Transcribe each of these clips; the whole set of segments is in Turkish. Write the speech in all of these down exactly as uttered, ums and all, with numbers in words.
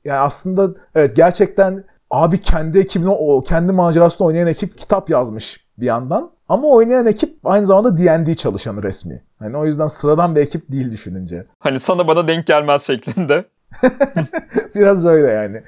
yani aslında evet gerçekten abi kendi ekibine, o kendi macerasını oynayan ekip kitap yazmış bir yandan. Ama oynayan ekip aynı zamanda D and D çalışanı resmi. Hani o yüzden sıradan bir ekip değil düşününce. Hani sana bana denk gelmez şeklinde. Biraz öyle yani.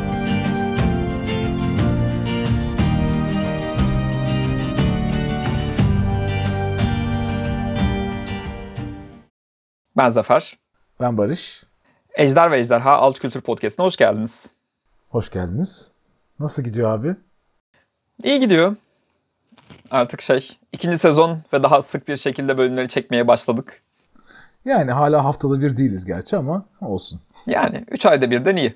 Ben Zafer. Ben Barış. Ejder ve Ejderha Alt Kültür Podcast'ına hoş geldiniz. Hoş geldiniz. Nasıl gidiyor abi? İyi gidiyor. Artık şey, ikinci sezon ve daha sık bir şekilde bölümleri çekmeye başladık. Yani hala haftada bir değiliz gerçi ama olsun. Yani üç ayda birden iyi.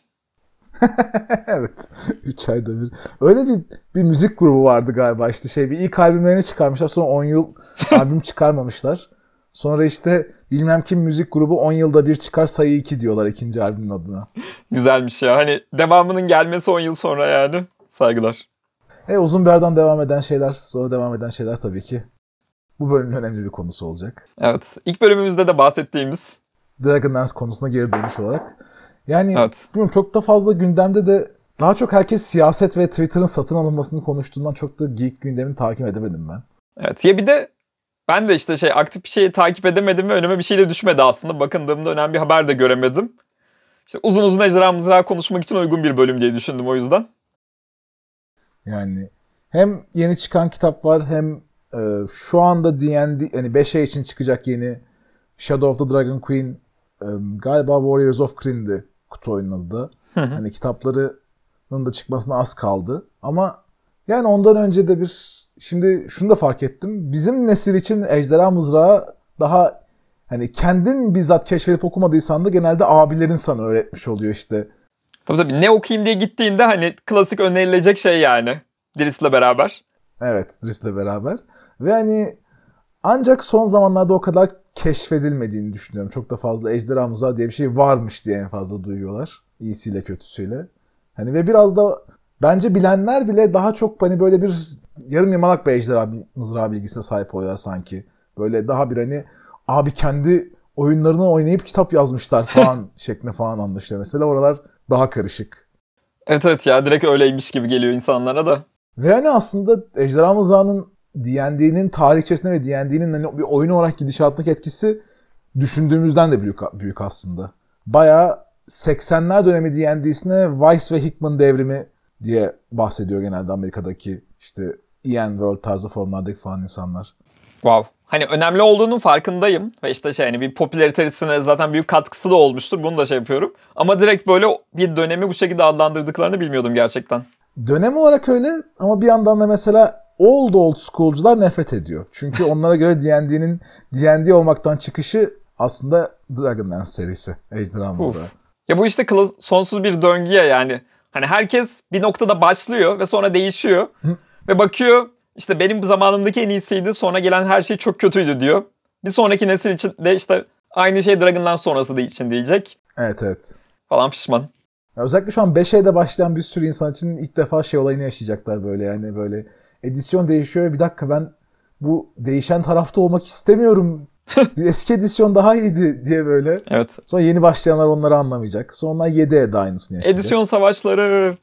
Evet. üç ayda bir. Öyle bir bir müzik grubu vardı galiba işte şey bir ilk albümlerini çıkarmışlar sonra on yıl albüm çıkarmamışlar. Sonra işte bilmem kim müzik grubu on yılda bir çıkar sayı iki diyorlar ikinci albümün adına. Güzelmiş ya. Hani devamının gelmesi on yıl sonra yani. Saygılar. E uzun bir aradan devam eden şeyler, sonra devam eden şeyler tabii ki bu bölümün önemli bir konusu olacak. Evet. İlk bölümümüzde de bahsettiğimiz Dragonlance konusuna geri dönüş olarak. Yani evet. bilmiyorum çok da fazla gündemde de daha çok herkes siyaset ve Twitter'ın satın alınmasını konuştuğundan çok da geek gündemini takip edemedim ben. Evet. Ya bir de ben de işte şey aktif bir şeyi takip edemedim ve önüme bir şey de düşmedi aslında. Bakındığımda önemli bir haber de göremedim. İşte uzun uzun ejderha mızrağı konuşmak için uygun bir bölüm diye düşündüm o yüzden. Yani hem yeni çıkan kitap var hem e, şu anda D and D yani beş E için çıkacak yeni Shadow of the Dragon Queen e, galiba Warriors of Kryn'di kutu oyunun adı da. Hı hı. Hani kitaplarının da çıkmasına az kaldı. Ama yani ondan önce de bir şimdi şunu da fark ettim. Bizim nesil için ejderha mızrağı daha hani kendin bizzat keşfedip okumadıysan da genelde abilerin sana öğretmiş oluyor işte. Tabii tabii ne okuyayım diye gittiğinde hani klasik önerilecek şey yani. Dris'le beraber. Evet, Dris'le beraber. Ve hani ancak son zamanlarda o kadar keşfedilmediğini düşünüyorum. Çok da fazla ejderha mızrağı diye bir şey varmış diye en fazla duyuyorlar. İyisiyle kötüsüyle. Hani ve biraz da bence bilenler bile daha çok hani böyle bir yarım yamalak bir ejderha mızrağı bilgisine sahip oluyorlar sanki. Böyle daha bir hani abi kendi oyunlarını oynayıp kitap yazmışlar falan şeklinde falan anlaşılıyor. Mesela oralar daha karışık. Evet evet ya direkt öyleymiş gibi geliyor insanlara da. Ve hani aslında ejderha mızrağının D and D'nin tarihçesine ve D and D'nin hani bir oyun olarak gidişatındaki etkisi düşündüğümüzden de büyük büyük aslında. Bayağı seksenler dönemi D and D'sine Weiss ve Hickman devrimi diye bahsediyor genelde Amerika'daki işte E N World tarzı formlardaki falan insanlar. Wow. Hani önemli olduğunun farkındayım. Ve işte şey hani bir popülaritesine zaten büyük katkısı da olmuştur. Bunu da şey yapıyorum. Ama direkt böyle bir dönemi bu şekilde adlandırdıklarını bilmiyordum gerçekten. Dönem olarak öyle ama bir yandan da mesela old old school'cular nefret ediyor. Çünkü onlara göre D and D'nin D and D olmaktan çıkışı aslında Dragonlance serisi. Ejderha Mızrağı. Ya bu işte klas- sonsuz bir döngüye yani. Hani herkes bir noktada başlıyor ve sonra değişiyor. Hı. Ve bakıyor işte benim zamanımdaki en iyisiydi sonra gelen her şey çok kötüydü diyor. Bir sonraki nesil için de işte aynı şey Dragonlance sonrası da için diyecek. Evet evet. Falan pişman. Ya özellikle şu an beş E'de başlayan bir sürü insan için ilk defa şey olayını yaşayacaklar böyle yani böyle edisyon değişiyor ve bir dakika ben bu değişen tarafta olmak istemiyorum. Bir eski edisyon daha iyiydi diye böyle. Evet. Sonra yeni başlayanlar onları anlamayacak. Sonra onlar yedi E'de aynısını yaşayacak. Edisyon savaşları.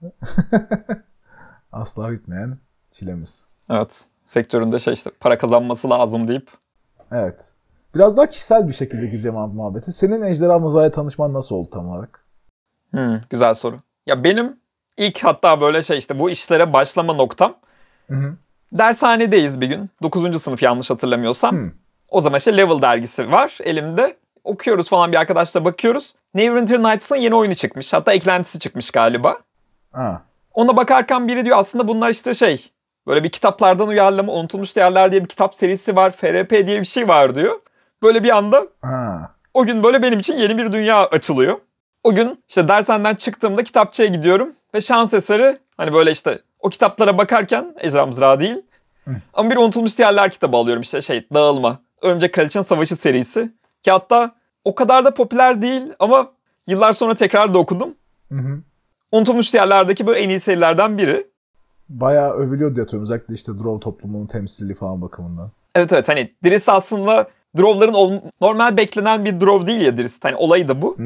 Asla bitmeyen çilemiz. Evet. Sektöründe şey işte para kazanması lazım deyip. Evet. Biraz daha kişisel bir şekilde gireceğim abi muhabbete. Senin ejderha mızrağıyla tanışman nasıl oldu tam olarak? Hmm, güzel soru. Ya benim ilk hatta böyle şey işte bu işlere başlama noktam. Hı hı. Dershanedeyiz bir gün. dokuzuncu sınıf yanlış hatırlamıyorsam. Hı. O zaman işte Level dergisi var elimde. Okuyoruz falan bir arkadaşla bakıyoruz. Neverwinter Nights'ın yeni oyunu çıkmış. Hatta eklentisi çıkmış galiba. Ha. Ona bakarken biri diyor aslında bunlar işte şey. Böyle bir kitaplardan uyarlama, Unutulmuş Değerler diye bir kitap serisi var. F R P diye bir şey var diyor. Böyle bir anda Ha. o gün böyle benim için yeni bir dünya açılıyor. O gün işte dershaneden çıktığımda kitapçıya gidiyorum. Ve şans eseri hani böyle işte o kitaplara bakarken Ejderha Mızrağı değil. Hı. Ama bir Unutulmuş Değerler kitabı alıyorum işte şey Dağılma. Örümcek Kraliçenin Savaşı serisi. Ki hatta o kadar da popüler değil ama yıllar sonra tekrar da okudum. Hı hı. Unutulmuş Değerler'deki böyle en iyi serilerden biri. Bayağı övülüyordu diye hatırlıyorum. Özellikle işte Drow toplumunun temsili falan bakımından. Evet evet hani Driss aslında Drow'ların ol- normal beklenen bir Drow değil ya Driss. Hani olayı da bu. Hı hı.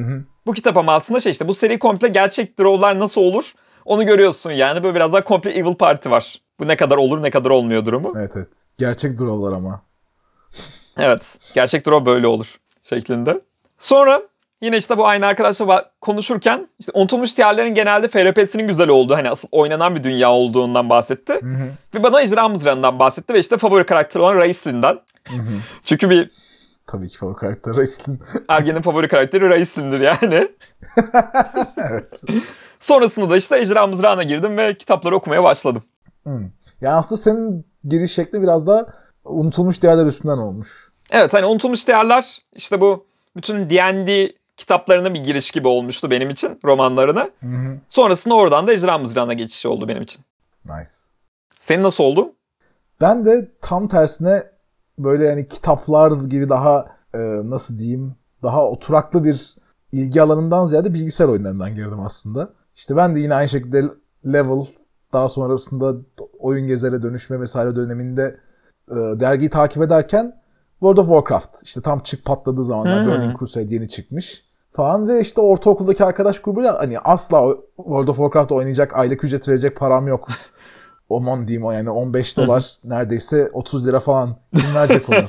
Bu kitap ama aslında şey işte bu seri komple gerçek draw'lar nasıl olur onu görüyorsun yani. Böyle biraz daha komple Evil Party var. Bu ne kadar olur ne kadar olmuyor durumu. Evet evet. Gerçek drawlar ama. Evet. Gerçek draw böyle olur şeklinde. Sonra yine işte bu aynı arkadaşla konuşurken işte unutulmuş diyarların genelde F R P'sinin güzel olduğu, hani asıl oynanan bir dünya olduğundan bahsetti. Hı hı. Ve bana Ejderha Mızrağı'ndan bahsetti ve işte favori karakter olan Raislin'den. Hı hı. Çünkü bir... Tabii ki favori karakter Raislin. Ergen'in favori karakteri Raislin'dir yani. Evet. Sonrasında da işte Ejderha Mızrağı'na girdim ve kitapları okumaya başladım. Hmm. Yani aslında senin giriş şekli biraz da unutulmuş diyarlar üstünden olmuş. Evet, hani unutulmuş diyarlar işte bu bütün D and D kitaplarına bir giriş gibi olmuştu benim için, romanlarına. Hı hı. Sonrasında oradan da Ejderha Mızrağı'na geçişi oldu benim için. Nice. Senin nasıl oldu? Ben de tam tersine böyle yani kitaplar gibi daha e, nasıl diyeyim, daha oturaklı bir ilgi alanından ziyade bilgisayar oyunlarından girdim aslında. İşte ben de yine aynı şekilde Level, daha sonrasında Oyun Gezer'e dönüşme vesaire döneminde e, dergiyi takip ederken World of Warcraft işte tam çık patladığı zamanlar, hmm. Burning Crusade yeni çıkmış falan ve işte ortaokuldaki arkadaş grubuyla hani asla World of Warcraft'ta oynayacak, aylık ücret verecek param yok. Aman diyeyim o yani on beş dolar neredeyse otuz lira falan. Kim verecek onu?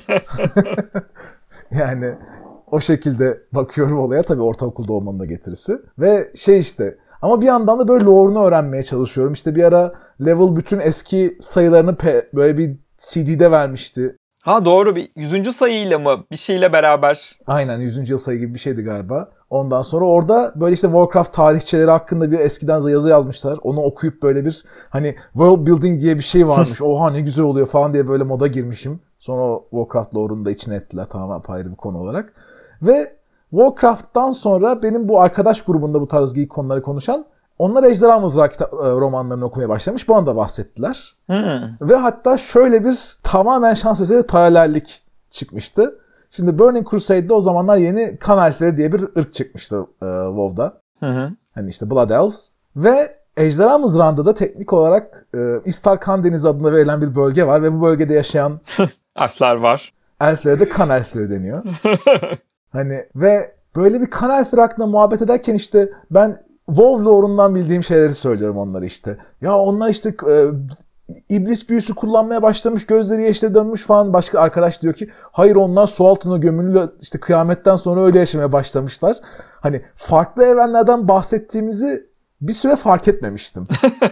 Yani o şekilde bakıyorum olaya, tabii ortaokulda olmanın da getirisi. Ve şey işte ama bir yandan da böyle lore'unu öğrenmeye çalışıyorum. İşte bir ara Level bütün eski sayılarını pe- böyle bir C D'de vermişti. Ha doğru, bir yüzüncü sayıyla mı bir şeyle beraber? Aynen yüzüncü yıl sayı gibi bir şeydi galiba. Ondan sonra orada böyle işte Warcraft tarihçeleri hakkında bir eskiden yazı yazmışlar. Onu okuyup böyle bir hani world building diye bir şey varmış. Oha ne güzel oluyor falan diye böyle moda girmişim. Sonra o Warcraft lore'unu da içine ettiler tamamen ayrı bir konu olarak. Ve Warcraft'tan sonra benim bu arkadaş grubunda bu tarz geek konuları konuşan, onlar Ejderha Mızrağı kitap, romanlarını okumaya başlamış. Bana da bahsettiler. Hmm. Ve hatta şöyle bir tamamen şans eseri paralellik çıkmıştı. Şimdi Burning Crusade'de o zamanlar yeni kan elfleri diye bir ırk çıkmıştı e, WoW'da. Hı hı. Hani işte Blood Elves. Ve Ejderha Mızrağı'nda da teknik olarak e, İstar Kan Denizi adına verilen bir bölge var. Ve bu bölgede yaşayan elfler var. Elflere de kan elfleri deniyor. Hani ve böyle bir kan elfleri hakkında muhabbet ederken işte ben WoW lore'undan bildiğim şeyleri söylüyorum onlara işte. Ya onlar işte e, iblis büyüsü kullanmaya başlamış, gözleri yeşile dönmüş falan. Başka arkadaş diyor ki hayır, onlar su altına gömülü, işte kıyametten sonra öyle yaşamaya başlamışlar. Hani farklı evrenlerden bahsettiğimizi bir süre fark etmemiştim.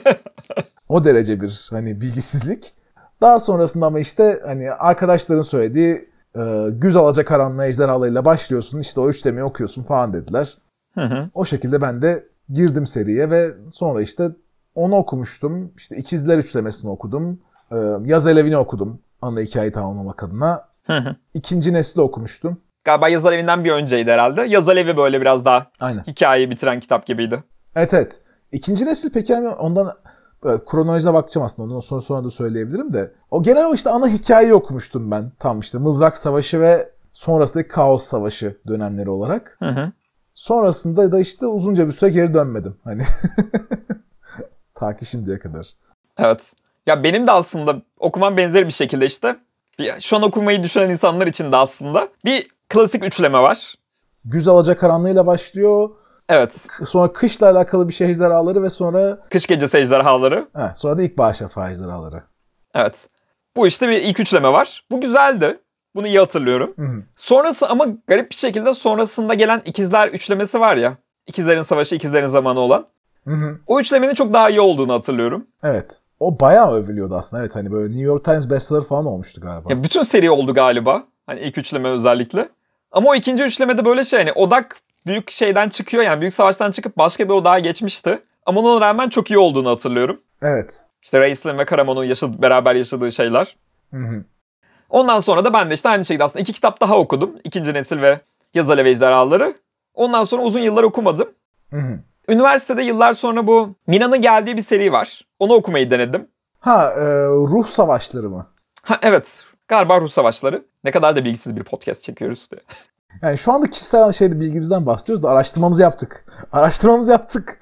O derece bir hani bilgisizlik. Daha sonrasında ama işte hani arkadaşların söylediği e, güz alacakaranlığı ejderhalarıyla başlıyorsun, işte o üçlemeyi okuyorsun falan dediler. Hı hı. O şekilde ben de girdim seriye ve sonra işte onu okumuştum. İşte İkizler Üçlemesini okudum. Ee, Yaz Elevi'ni okudum. Ana hikayeyi tamamlamak adına. Hı hı. İkinci nesli okumuştum. Galiba Yaz Alevi'nden bir önceydi herhalde. Yaz Alevi böyle biraz daha Aynen. hikayeyi bitiren kitap gibiydi. Evet evet. İkinci nesil peki yani ondan kronolojine bakacağım aslında. Ondan sonra sonra da söyleyebilirim de. O genel o işte ana hikayeyi okumuştum ben. Tam işte Mızrak Savaşı ve sonrasındaki Kaos Savaşı dönemleri olarak. Hı hı. Sonrasında da işte uzunca bir süre geri dönmedim. Hani ta ki şimdiye kadar. Evet. Ya benim de aslında okumam benzer bir şekilde işte. Şu an okumayı düşünen insanlar için de aslında bir klasik üçleme var. Güz Alacakaranlığı'yla başlıyor. Evet. Sonra kışla alakalı bir şey ejderhaları ve sonra... Kış Gecesi ejderhaları. He, sonra da ilkbahar şafağı ejderhaları. Evet. Bu işte bir ilk üçleme var. Bu güzeldi. Bunu iyi hatırlıyorum. Hı-hı. Sonrası ama garip bir şekilde sonrasında gelen İkizler üçlemesi var ya. İkizlerin Savaşı, İkizlerin Zamanı olan. Hı-hı. O üçlemenin çok daha iyi olduğunu hatırlıyorum. Evet. O bayağı övülüyordu aslında. Evet, hani böyle New York Times bestseller falan olmuştu galiba. Ya bütün seri oldu galiba. Hani ilk üçleme özellikle. Ama o ikinci üçlemede böyle şey, hani odak büyük şeyden çıkıyor, yani büyük savaştan çıkıp başka bir odağa geçmişti. Ama ona rağmen çok iyi olduğunu hatırlıyorum. Evet. İşte Raistlin ve Karamon'un yaşadığı, beraber yaşadığı şeyler. Hı hı. Ondan sonra da ben de işte aynı şekilde aslında iki kitap daha okudum. İkinci Nesil ve Yaz Alevi Ejderhaları. Ondan sonra uzun yıllar okumadım. Hı hı. Üniversitede yıllar sonra bu Mina'nın geldiği bir seri var. Onu okumayı denedim. Ha, e, Ruh Savaşları mı? Ha evet. Galiba Ruh Savaşları. Ne kadar da bilgisiz bir podcast çekiyoruz diye. Yani şu anda kişisel şeyde bilgimizden bahsediyoruz da araştırmamızı yaptık. Araştırmamızı yaptık.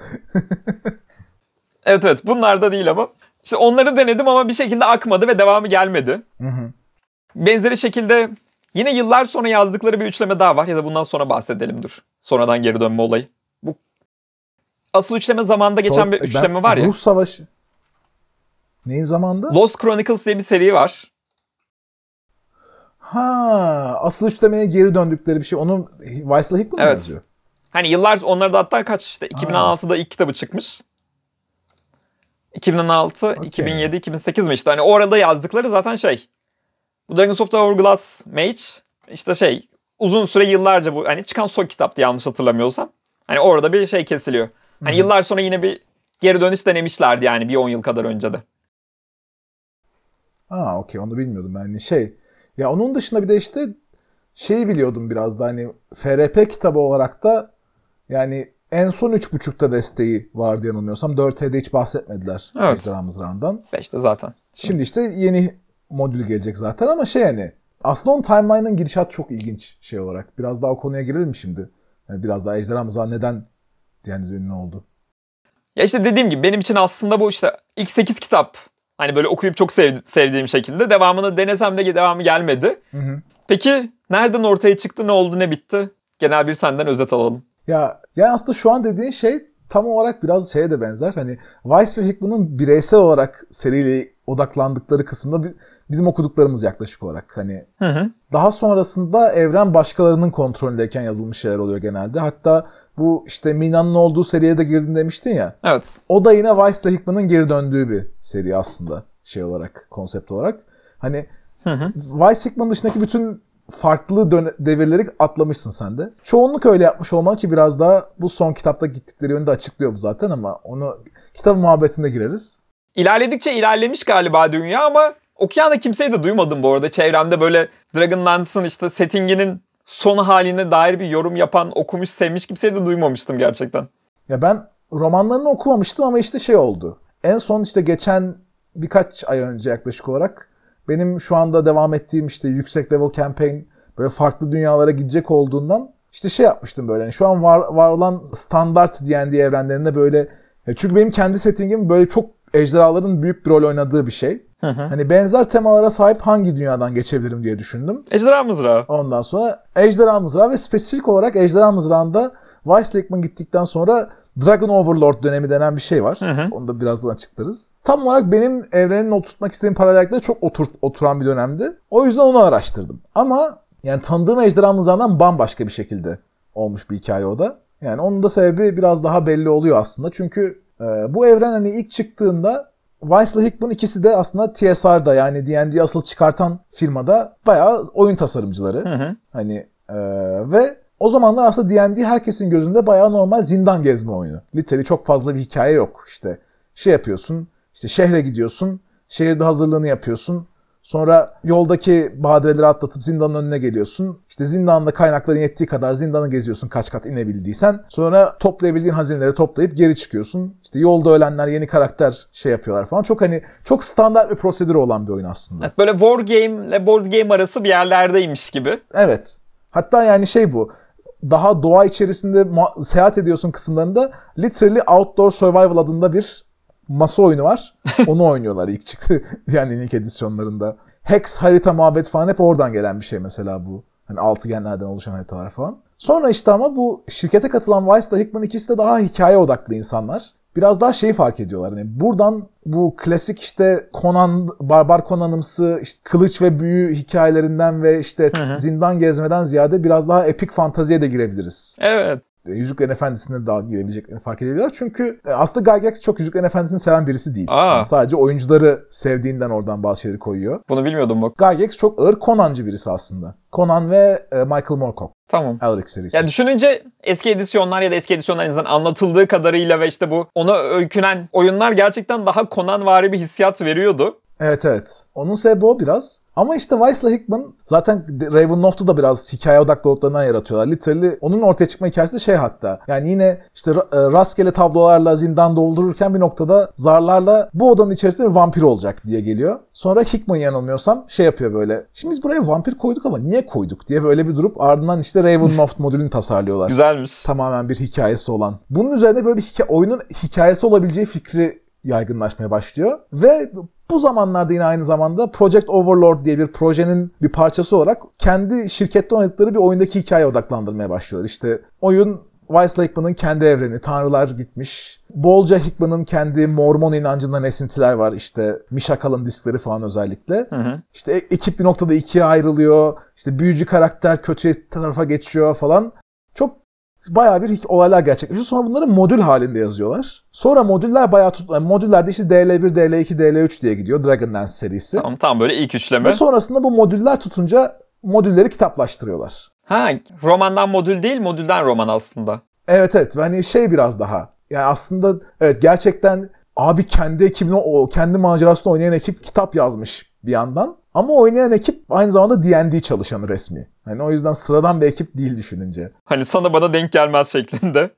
Evet evet, bunlar da değil ama. İşte onları denedim ama bir şekilde akmadı ve devamı gelmedi. Hı hı. Benzeri şekilde Yine yıllar sonra yazdıkları bir üçleme daha var ya da bundan sonra bahsedelim dur. Sonradan geri dönme olayı. Bu asıl üçleme zamanda geçen Sor- bir üçleme ben- var ya. Ruh Savaşı. Neyin zamanında? Lost Chronicles diye bir seri var. Ha, asıl üçlemeye geri döndükleri bir şey. Onu Weiss'la Hickman mı Evet. yazıyor? Hani yıllar onlarda hatta kaç işte iki bin on altıda ilk kitabı çıkmış. iki bin on altı, Okey. iki bin yedi, iki bin sekiz mi işte hani o arada yazdıkları zaten şey. Bu Dragons of the Hourglass Mage işte şey uzun süre yıllarca bu hani çıkan son kitaptı yanlış hatırlamıyorsam. Hani orada bir şey kesiliyor. Hani Hı-hı. yıllar sonra yine bir geri dönüş denemişlerdi yani bir on yıl kadar önce de. Aa, okey, onu bilmiyordum ben. Yani şey, ya onun dışında bir de işte şeyi biliyordum biraz da, hani F R P kitabı olarak da yani en son üç buçukta desteği vardı yanılmıyorsam. dört E'de hiç bahsetmediler Evet. Ejderha Mızrağı'ndan. beşte zaten. Şimdi işte yeni modül gelecek zaten ama şey hani aslında onun timeline'ın gidişat çok ilginç şey olarak. Biraz daha o konuya girelim mi şimdi? Yani biraz daha Ejderha Mızrağı neden yani ünlü oldu? Ya işte dediğim gibi benim için aslında bu işte ilk sekiz kitap hani böyle okuyup çok sev- sevdiğim şekilde devamını denesem de devamı gelmedi. Hı hı. Peki nereden ortaya çıktı, ne oldu, ne bitti? Genel bir senden özet alalım. Ya, ya aslında şu an dediğin şey tam olarak biraz şeye de benzer. Hani Weiss ve Hickman'ın bireysel olarak seriyle odaklandıkları kısımda bi- bizim okuduklarımız yaklaşık olarak. Hani Hı hı. daha sonrasında evren başkalarının kontrolündeyken yazılmış şeyler oluyor genelde. Hatta bu işte Mina'nın olduğu seriye de girdin demiştin ya. Evet. O da yine Weiss ile Hickman'ın geri döndüğü bir seri aslında şey olarak, konsept olarak. Hani Hı hı. Weiss Hickman dışındaki bütün farklı döne- devirleri atlamışsın sen de. Çoğunluk öyle yapmış olmalı ki biraz daha bu son kitapta gittikleri yönü de açıklıyor bu zaten ama onu kitap muhabbetinde gireriz. İlerledikçe ilerlemiş galiba dünya ama okuyan da kimseyi de duymadım bu arada. Çevremde böyle Dragonlance'ın işte settinginin son haline dair bir yorum yapan, okumuş, sevmiş kimseyi de duymamıştım gerçekten. Ya ben romanlarını okumamıştım ama işte şey oldu. En son işte geçen birkaç ay önce yaklaşık olarak benim şu anda devam ettiğim işte yüksek level campaign böyle farklı dünyalara gidecek olduğundan işte şey yapmıştım böyle. Yani şu an var, var olan standart D and D evrenlerinde böyle ya çünkü benim kendi settingim böyle çok ejderhaların büyük bir rol oynadığı bir şey. Hı hı. Hani benzer temalara sahip hangi dünyadan geçebilirim diye düşündüm. Ejderha Mızrağı. Ondan sonra Ejderha Mızrağı ve spesifik olarak Ejderha Mızrağı'nda Weiss Hickman gittikten sonra Dragon Overlord dönemi denen bir şey var. Hı hı. Onu da birazdan açıklarız. Tam olarak benim evrenini oturtmak istediğim paralellikle çok otur, oturan bir dönemdi. O yüzden onu araştırdım. Ama yani tanıdığım Ejderha Mızrağı'ndan bambaşka bir şekilde olmuş bir hikaye o da. Yani onun da sebebi biraz daha belli oluyor aslında. Çünkü e, bu evren hani ilk çıktığında Weiss ile Hickman ikisi de aslında T S R'da yani D and D'yi asıl çıkartan firmada bayağı oyun tasarımcıları. Hı hı. Hani e, ve o zamanlar aslında D and D herkesin gözünde bayağı normal zindan gezme oyunu. Literally çok fazla bir hikaye yok. İşte şey yapıyorsun, işte şehre gidiyorsun, şehirde hazırlığını yapıyorsun. Sonra yoldaki badireleri atlatıp zindanın önüne geliyorsun. İşte zindanda kaynakların yettiği kadar zindanı geziyorsun kaç kat inebildiysen. Sonra toplayabildiğin hazineleri toplayıp geri çıkıyorsun. İşte yolda ölenler yeni karakter şey yapıyorlar falan. Çok hani çok standart bir prosedürü olan bir oyun aslında. Evet, böyle war game ile board game arası bir yerlerdeymiş gibi. Evet. Hatta yani şey bu. Daha doğa içerisinde ma- seyahat ediyorsun kısımlarında literally Outdoor Survival adında bir masa oyunu var. Onu oynuyorlar ilk çıktı. Yani ilk edisyonlarında. Hex harita muhabbet falan hep oradan gelen bir şey mesela bu. Hani altıgenlerden oluşan haritalar falan. Sonra işte ama bu şirkete katılan Weiss ile Hickman ikisi de daha hikaye odaklı insanlar. Biraz daha şeyi fark ediyorlar. Yani buradan bu klasik işte Conan, Barbar Conan'ımsı işte kılıç ve büyü hikayelerinden ve işte Hı hı. zindan gezmeden ziyade biraz daha epik fantaziye de girebiliriz. Evet. Yüzüklerin Efendisi'ne daha girebileceklerini fark edebilirler. Çünkü aslında Gygax çok Yüzüklerin Efendisi'ni seven birisi değil. Aa. Yani sadece oyuncuları sevdiğinden oradan bazı şeyleri koyuyor. Bunu bilmiyordum bak. Gygax çok ağır Conan'cı birisi aslında. Conan ve e, Michael Moorcock. Tamam. Elric serisi. Ya düşününce eski edisyonlar ya da eski edisyonlar en azından anlatıldığı kadarıyla ve işte bu ona öykünen oyunlar gerçekten daha Conan-vari bir hissiyat veriyordu. Evet evet. Onun sebebi o biraz. Ama işte Weiss ile Hickman zaten Ravenloft'u da biraz hikaye odaklı olduklarından yaratıyorlar. Literally onun ortaya çıkma hikayesi de şey hatta. Yani yine işte ra- rastgele tablolarla zindan doldururken bir noktada zarlarla bu odanın içerisinde bir vampir olacak diye geliyor. Sonra Hickman yanılmıyorsam şey yapıyor böyle. Şimdi biz buraya vampir koyduk ama niye koyduk diye böyle bir durup ardından işte Ravenloft modülünü tasarlıyorlar. Güzelmiş. Tamamen bir hikayesi olan. Bunun üzerine böyle bir hikaye, oyunun hikayesi olabileceği fikri yaygınlaşmaya başlıyor. Ve bu zamanlarda yine aynı zamanda Project Overlord diye bir projenin bir parçası olarak kendi şirkette oynadıkları bir oyundaki hikayeye odaklandırmaya başlıyorlar. İşte oyun Weiss Hickman'ın kendi evreni, tanrılar gitmiş. Bolca Hickman'ın kendi Mormon inancından esintiler var. İşte Misha Kalın diskleri falan özellikle. Hı hı. İşte ekip bir noktada ikiye ayrılıyor. İşte büyücü karakter kötü tarafa geçiyor falan. Çok bayağı bir olaylar gerçekleşiyor. Sonra bunları modül halinde yazıyorlar. Sonra modüller bayağı tut... Yani modüllerde işte D L bir, D L iki, D L üç diye gidiyor. Dragonlance serisi. Tamam tamam böyle ilk üçleme. Ve sonrasında bu modüller tutunca modülleri kitaplaştırıyorlar. Ha, romandan modül değil, modülden roman aslında. Evet evet. Hani şey biraz daha. Yani aslında evet gerçekten abi kendi ekibini, o kendi macerasını oynayan ekip kitap yazmış bir yandan. Ama oynayan ekip aynı zamanda D and D çalışanı resmi. Hani o yüzden sıradan bir ekip değil düşününce. Hani sana bana denk gelmez şeklinde.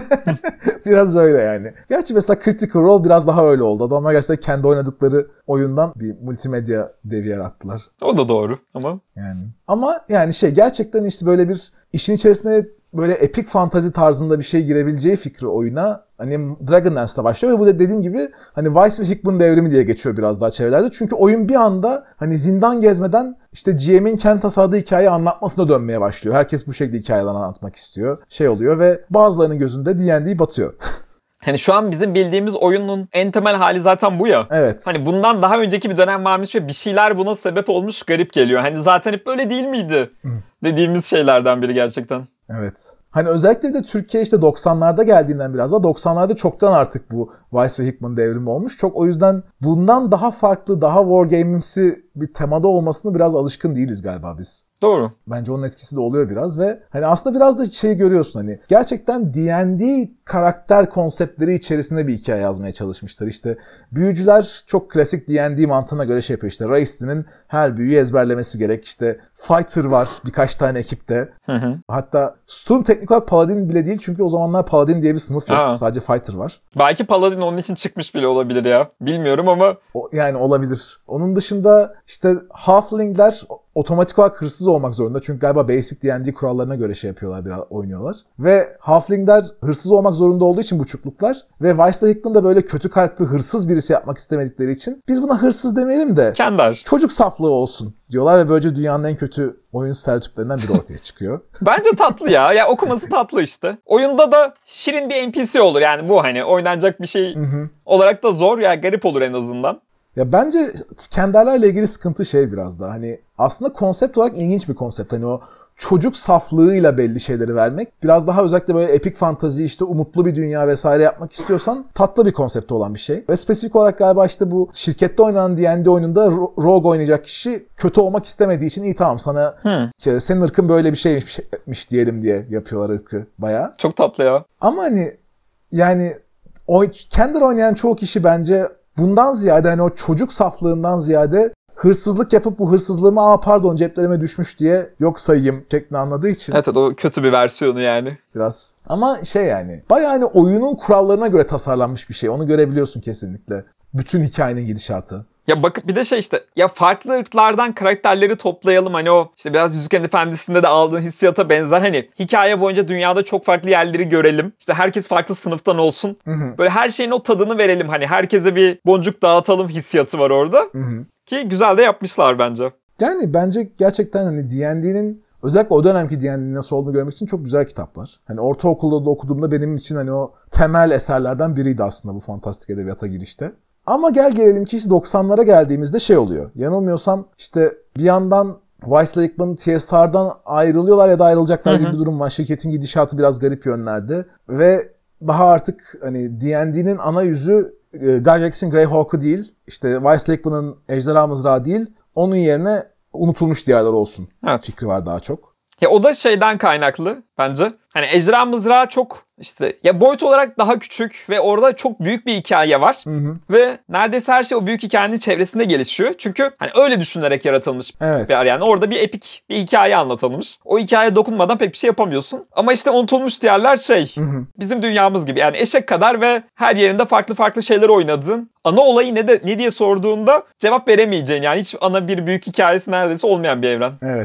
Biraz öyle yani. Gerçi mesela Critical Role biraz daha öyle oldu. Adamlar gerçekten kendi oynadıkları oyundan bir multimedya devi yarattılar. O da doğru ama. Yani. Ama yani şey gerçekten işte böyle bir işin içerisine böyle epik fantazi tarzında bir şey girebileceği fikri oyuna hani Dragonlance'da başlıyor ve bu da dediğim gibi hani Weiss ve Hickman devrimi diye geçiyor biraz daha çevrelerde. Çünkü oyun bir anda hani zindan gezmeden işte G M'in kendi tasarladığı hikayeyi anlatmasına dönmeye başlıyor. Herkes bu şekilde hikayeler anlatmak istiyor. Şey oluyor ve bazılarının gözünde D and D batıyor. Hani şu an bizim bildiğimiz oyunun en temel hali zaten bu ya. Evet. Hani bundan daha önceki bir dönem varmış ve bir şeyler buna sebep olmuş, garip geliyor. Hani zaten hep böyle değil miydi? Hı. Dediğimiz şeylerden biri gerçekten. Evet. Hani özellikle bir de Türkiye işte doksanlarda geldiğinden biraz da doksanlarda çoktan artık bu Weiss ve Hickman devrimi olmuş. Çok o yüzden bundan daha farklı, daha wargame'imsi bir temada olmasını biraz alışkın değiliz galiba biz. Doğru. Bence onun etkisi de oluyor biraz ve hani aslında biraz da şey görüyorsun hani gerçekten D and D karakter konseptleri içerisinde bir hikaye yazmaya çalışmışlar. İşte büyücüler çok klasik D and D mantığına göre şey yapıyor. İşte Raistin'in her büyüyü ezberlemesi gerek. İşte Fighter var birkaç tane ekipte. Hı hı. Hatta Storm teknik olarak Paladin bile değil çünkü o zamanlar Paladin diye bir sınıf yok. Aa. Sadece Fighter var. Belki Paladin onun için çıkmış bile olabilir ya. Bilmiyorum ama. O, yani olabilir. Onun dışında işte Halfling'ler otomatik olarak hırsız olmak zorunda. Çünkü galiba basic D and D kurallarına göre şey yapıyorlar, biraz oynuyorlar. Ve Halfling'ler hırsız olmak zorunda olduğu için buçukluklar. Ve Weiss'la Hickman da böyle kötü kalpli hırsız birisi yapmak istemedikleri için biz buna hırsız demeyelim de Kendar. Çocuk saflığı olsun diyorlar ve böylece dünyanın en kötü oyun stereotiplerinden biri ortaya çıkıyor. Bence tatlı ya. Ya okuması tatlı işte. Oyunda da şirin bir N P C olur. Yani bu hani oynanacak bir şey olarak da zor ya, garip olur en azından. Ya bence Kendarlarla ilgili sıkıntı şey biraz daha hani aslında konsept olarak ilginç bir konsept. Hani o çocuk saflığıyla belli şeyleri vermek. Biraz daha özellikle böyle epik fantazi işte umutlu bir dünya vesaire yapmak istiyorsan tatlı bir konsepti olan bir şey. Ve spesifik olarak galiba işte bu şirkette oynanan D and D oyununda Rogue oynayacak kişi kötü olmak istemediği için iyi tamam sana hmm. işte, senin ırkın böyle bir şeymiş diyelim diye yapıyorlar ırkı bayağı. Çok tatlı ya. Ama hani yani o, Kendar oynayan çoğu kişi bence bundan ziyade hani o çocuk saflığından ziyade hırsızlık yapıp bu hırsızlığımı aa pardon ceplerime düşmüş diye yok sayayım şeklini anladığı için. Evet o kötü bir versiyonu yani. Biraz. Ama şey yani bayağı hani oyunun kurallarına göre tasarlanmış bir şey. Onu görebiliyorsun kesinlikle. Bütün hikayenin gidişatı. Ya bakıp bir de şey işte ya farklı ırklardan karakterleri toplayalım hani o işte biraz Yüzüklerin Efendisi'nde de aldığın hissiyata benzer hani hikaye boyunca dünyada çok farklı yerleri görelim. İşte herkes farklı sınıftan olsun. Hı hı. Böyle her şeyin o tadını verelim hani herkese bir boncuk dağıtalım hissiyatı var orada. Hı hı. Ki güzel de yapmışlar bence. Yani bence gerçekten hani D and D'nin özellikle o dönemki D and D'nin nasıl olduğunu görmek için çok güzel kitaplar. Hani ortaokulda da okuduğumda benim için hani o temel eserlerden biriydi aslında bu fantastik edebiyata girişte. Ama gel gelelim ki işte doksanlara geldiğimizde şey oluyor. Yanılmıyorsam işte bir yandan Weiss'la Hickman T S R'dan ayrılıyorlar ya da ayrılacaklar hı hı. gibi bir durum var. Şirketin gidişatı biraz garip yönlerde. Ve daha artık hani D and D'nin ana yüzü Guy Jackson Greyhawk'u değil. İşte Weiss'la Hickman'ın Ejderha Mızrağı değil. Onun yerine unutulmuş diyarlar olsun. Evet. Fikri var daha çok. Ya o da şeyden kaynaklı bence. Hani Ejderha Mızrağı çok işte ya boyut olarak daha küçük ve orada çok büyük bir hikaye var. Hı hı. Ve neredeyse her şey o büyük hikayenin çevresinde gelişiyor. Çünkü hani öyle düşünülerek yaratılmış evet. bir yer yani. Orada bir epik bir hikaye anlatılmış. O hikayeye dokunmadan pek bir şey yapamıyorsun. Ama işte unutulmuş diyarlar şey hı hı. bizim dünyamız gibi. Yani eşek kadar ve her yerinde farklı farklı şeyler oynadığın. Ana olayı ne de ne diye sorduğunda cevap veremeyeceğin yani hiç ana bir büyük hikayesi neredeyse olmayan bir evren. Evet.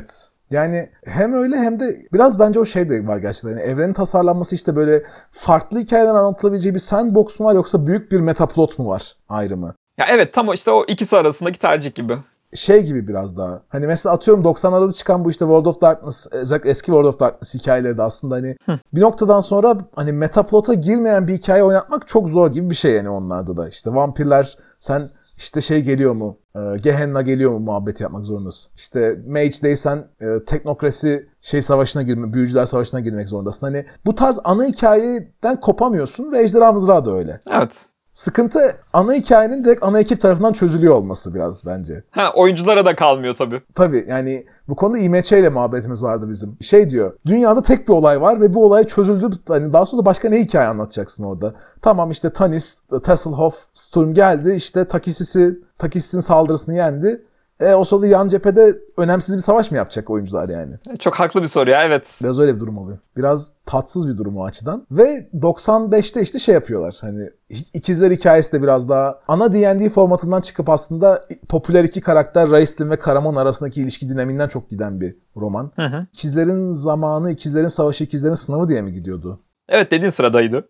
Yani hem öyle hem de biraz bence o şey de var gerçekten. Yani evrenin tasarlanması işte böyle farklı hikayeden anlatılabileceği bir sandbox mu var yoksa büyük bir metaplot mu var ayrımı? Ya evet, tam o işte o ikisi arasındaki tercih gibi. Şey gibi biraz daha. Hani mesela atıyorum doksanlarda çıkan bu işte World of Darkness, özellikle eski World of Darkness hikayeleri de aslında hani bir noktadan sonra hani metaplot'a girmeyen bir hikaye oynatmak çok zor gibi bir şey yani onlarda da. İşte vampirler, sen işte şey geliyor mu, e, Gehenna geliyor mu muhabbeti yapmak zorundasın. İşte Mage'deysen e, teknokrasi şey savaşına girme, büyücüler savaşına girmek zorundasın. Hani bu tarz ana hikayeden kopamıyorsun ve Ejderha Mızrağı da öyle. Evet. Sıkıntı ana hikayenin direkt ana ekip tarafından çözülüyor olması biraz bence. Ha, oyunculara da kalmıyor tabii. Tabii yani bu konuda I M Ç ile muhabbetimiz vardı bizim. Şey diyor, dünyada tek bir olay var ve bu olay çözüldü. Hani daha sonra başka ne hikaye anlatacaksın orada? Tamam işte Tanis, Tasselhoff, Sturm geldi. İşte Takisis'i, Takisis'in saldırısını yendi. E o sırada yan cephede önemsiz bir savaş mı yapacak oyuncular yani? Çok haklı bir soru ya, evet. Biraz öyle bir durum oluyor. Biraz tatsız bir durum o açıdan. Ve doksan beşte işte şey yapıyorlar. Hani ikizler hikayesi de biraz daha ana D and D formatından çıkıp aslında popüler iki karakter Raistlin ve Karamon arasındaki ilişki dinamiğinden çok giden bir roman. Hı hı. İkizlerin zamanı, ikizlerin savaşı, ikizlerin sınavı diye mi gidiyordu? Evet, dediğin sıradaydı.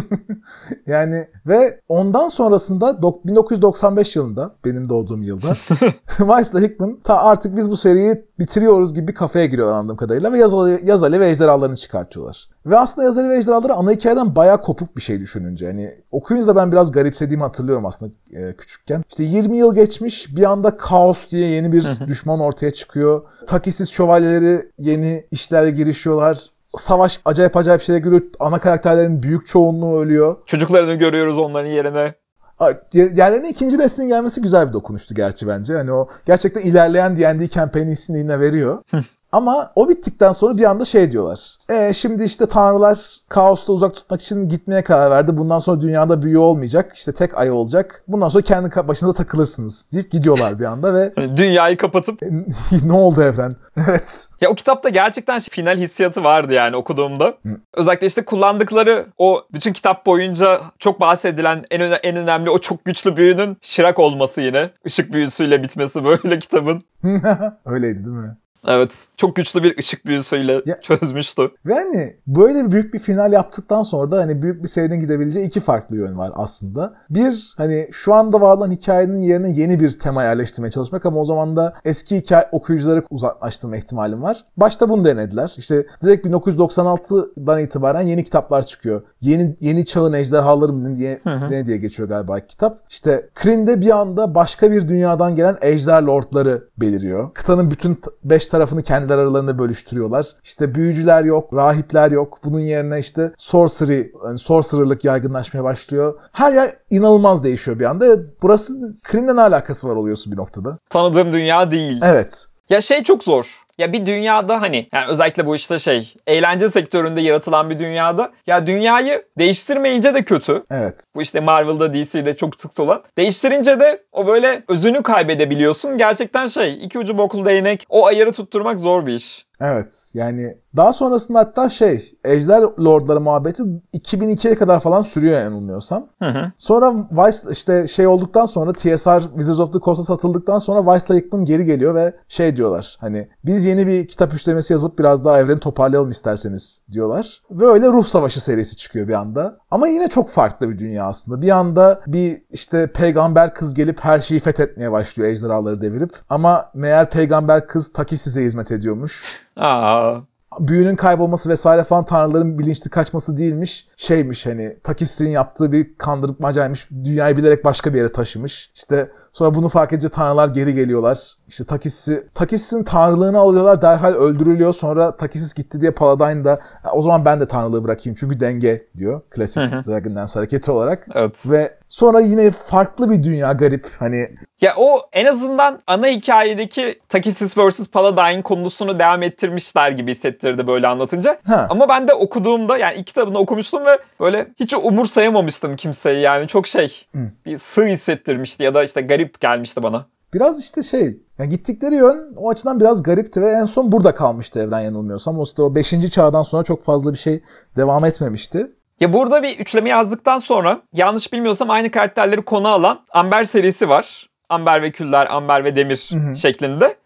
Yani ve ondan sonrasında bin dokuz yüz doksan beş yılında, benim doğduğum yılda Weiss ile Hickman ta artık biz bu seriyi bitiriyoruz gibi bir kafeye giriyorlar anladığım kadarıyla ve Yazali, Yazali ve Ejderhalarını çıkartıyorlar. Ve aslında Yazali ve Ejderhaları ana hikayeden bayağı kopuk bir şey düşününce. Yani okuyunca da ben biraz garipsediğimi hatırlıyorum aslında e, küçükken. İşte yirmi yıl geçmiş, bir anda Kaos diye yeni bir düşman ortaya çıkıyor. Takisis şövalyeleri yeni işlere girişiyorlar. Savaş acayip acayip şeyler görüyor. Ana karakterlerin büyük çoğunluğu ölüyor. Çocuklarını görüyoruz onların yerine. Yerlerine ikinci neslin gelmesi güzel bir dokunuştu gerçi bence. Hani o gerçekten ilerleyen D and D campaign'i ismini yine veriyor. Ama o bittikten sonra bir anda şey diyorlar. E şimdi işte tanrılar kaosta uzak tutmak için gitmeye karar verdi. Bundan sonra dünyada büyü olmayacak. İşte tek ay olacak. Bundan sonra kendi başınıza takılırsınız deyip gidiyorlar bir anda ve dünyayı kapatıp ne oldu evren? Evet. Ya o kitapta gerçekten final hissiyatı vardı yani okuduğumda. Hı. Özellikle işte kullandıkları o bütün kitap boyunca çok bahsedilen en öne- en önemli o çok güçlü büyünün Şirak olması yine. Işık büyüsüyle bitmesi böyle kitabın. Öyleydi değil mi? Evet. Çok güçlü bir ışık büyüsüyle ya, çözmüştü. Ve hani böyle büyük bir final yaptıktan sonra da hani büyük bir serinin gidebileceği iki farklı yön var aslında. Bir, hani şu anda var olan hikayenin yerine yeni bir tema yerleştirmeye çalışmak ama o zaman da eski hikaye okuyucuları uzaklaştırma ihtimalim var. Başta bunu denediler. İşte direkt bin dokuz yüz doksan altıdan itibaren yeni kitaplar çıkıyor. Yeni yeni çağın ejderhaları mı diye, ne diye geçiyor galiba kitap. İşte Kryn'de bir anda başka bir dünyadan gelen ejder lordları beliriyor. Kıtanın bütün beş tarafını kendiler aralarında bölüştürüyorlar. İşte büyücüler yok, rahipler yok. Bunun yerine işte sorcery, yani sorcerer'lık yaygınlaşmaya başlıyor. Her yer inanılmaz değişiyor bir anda. Burası Kryn'le ne alakası var oluyorsun bir noktada? Tanıdığım dünya değil. Evet. Ya şey çok zor. Ya bir dünyada hani yani özellikle bu işte şey eğlence sektöründe yaratılan bir dünyada ya dünyayı değiştirmeyince de kötü. Evet. Bu işte Marvel'da D C'de çok sık olan. Değiştirince de o böyle özünü kaybedebiliyorsun. Gerçekten şey iki ucu boklu değnek o ayarı tutturmak zor bir iş. Evet yani daha sonrasında hatta şey Ejder Lordları muhabbeti iki bin ikiye kadar falan sürüyor yanılmıyorsam. Hı hı. Sonra Weiss işte şey olduktan sonra T S R Wizards of the Coast'a satıldıktan sonra Weiss'la Hickman geri geliyor ve şey diyorlar hani biz yeni bir kitap üçlemesi yazıp biraz daha evreni toparlayalım isterseniz diyorlar. Ve öyle Ruh Savaşı serisi çıkıyor bir anda. Ama yine çok farklı bir dünya aslında. Bir anda bir işte peygamber kız gelip her şeyi fethetmeye başlıyor ejderhaları devirip. Ama meğer peygamber kız Takisis'e hizmet ediyormuş. Aa. Büyünün kaybolması vesaire falan tanrıların bilinçli kaçması değilmiş. Şeymiş hani Takisis'in yaptığı bir kandırmacaymış. Dünyayı bilerek başka bir yere taşımış. İşte sonra bunu fark edince tanrılar geri geliyorlar. İşte Takisis'i, Takisis'in tanrılığını alıyorlar. Derhal öldürülüyor. Sonra Takisis gitti diye Paladin da o zaman ben de tanrılığı bırakayım çünkü denge diyor. Klasik Dragon Dance hareketi olarak. Evet. Ve sonra yine farklı bir dünya garip hani. Ya o en azından ana hikayedeki Takisis versus Paladin konusunu devam ettirmişler gibi hissettirdi böyle anlatınca. Ha. Ama ben de okuduğumda yani ilk kitabını okumuştum ve böyle hiç umursayamamıştım kimseyi yani çok şey Hı. bir sığ hissettirmişti ya da işte garip gelmişti bana. Biraz işte şey yani gittikleri yön o açıdan biraz garipti ve en son burada kalmıştı evren yanılmıyorsam. O işte o beşinci çağdan sonra çok fazla bir şey devam etmemişti. Ya burada bir üçleme yazdıktan sonra yanlış bilmiyorsam aynı karakterleri konu alan Amber serisi var. Amber ve Küller, Amber ve Demir hı hı. şeklinde.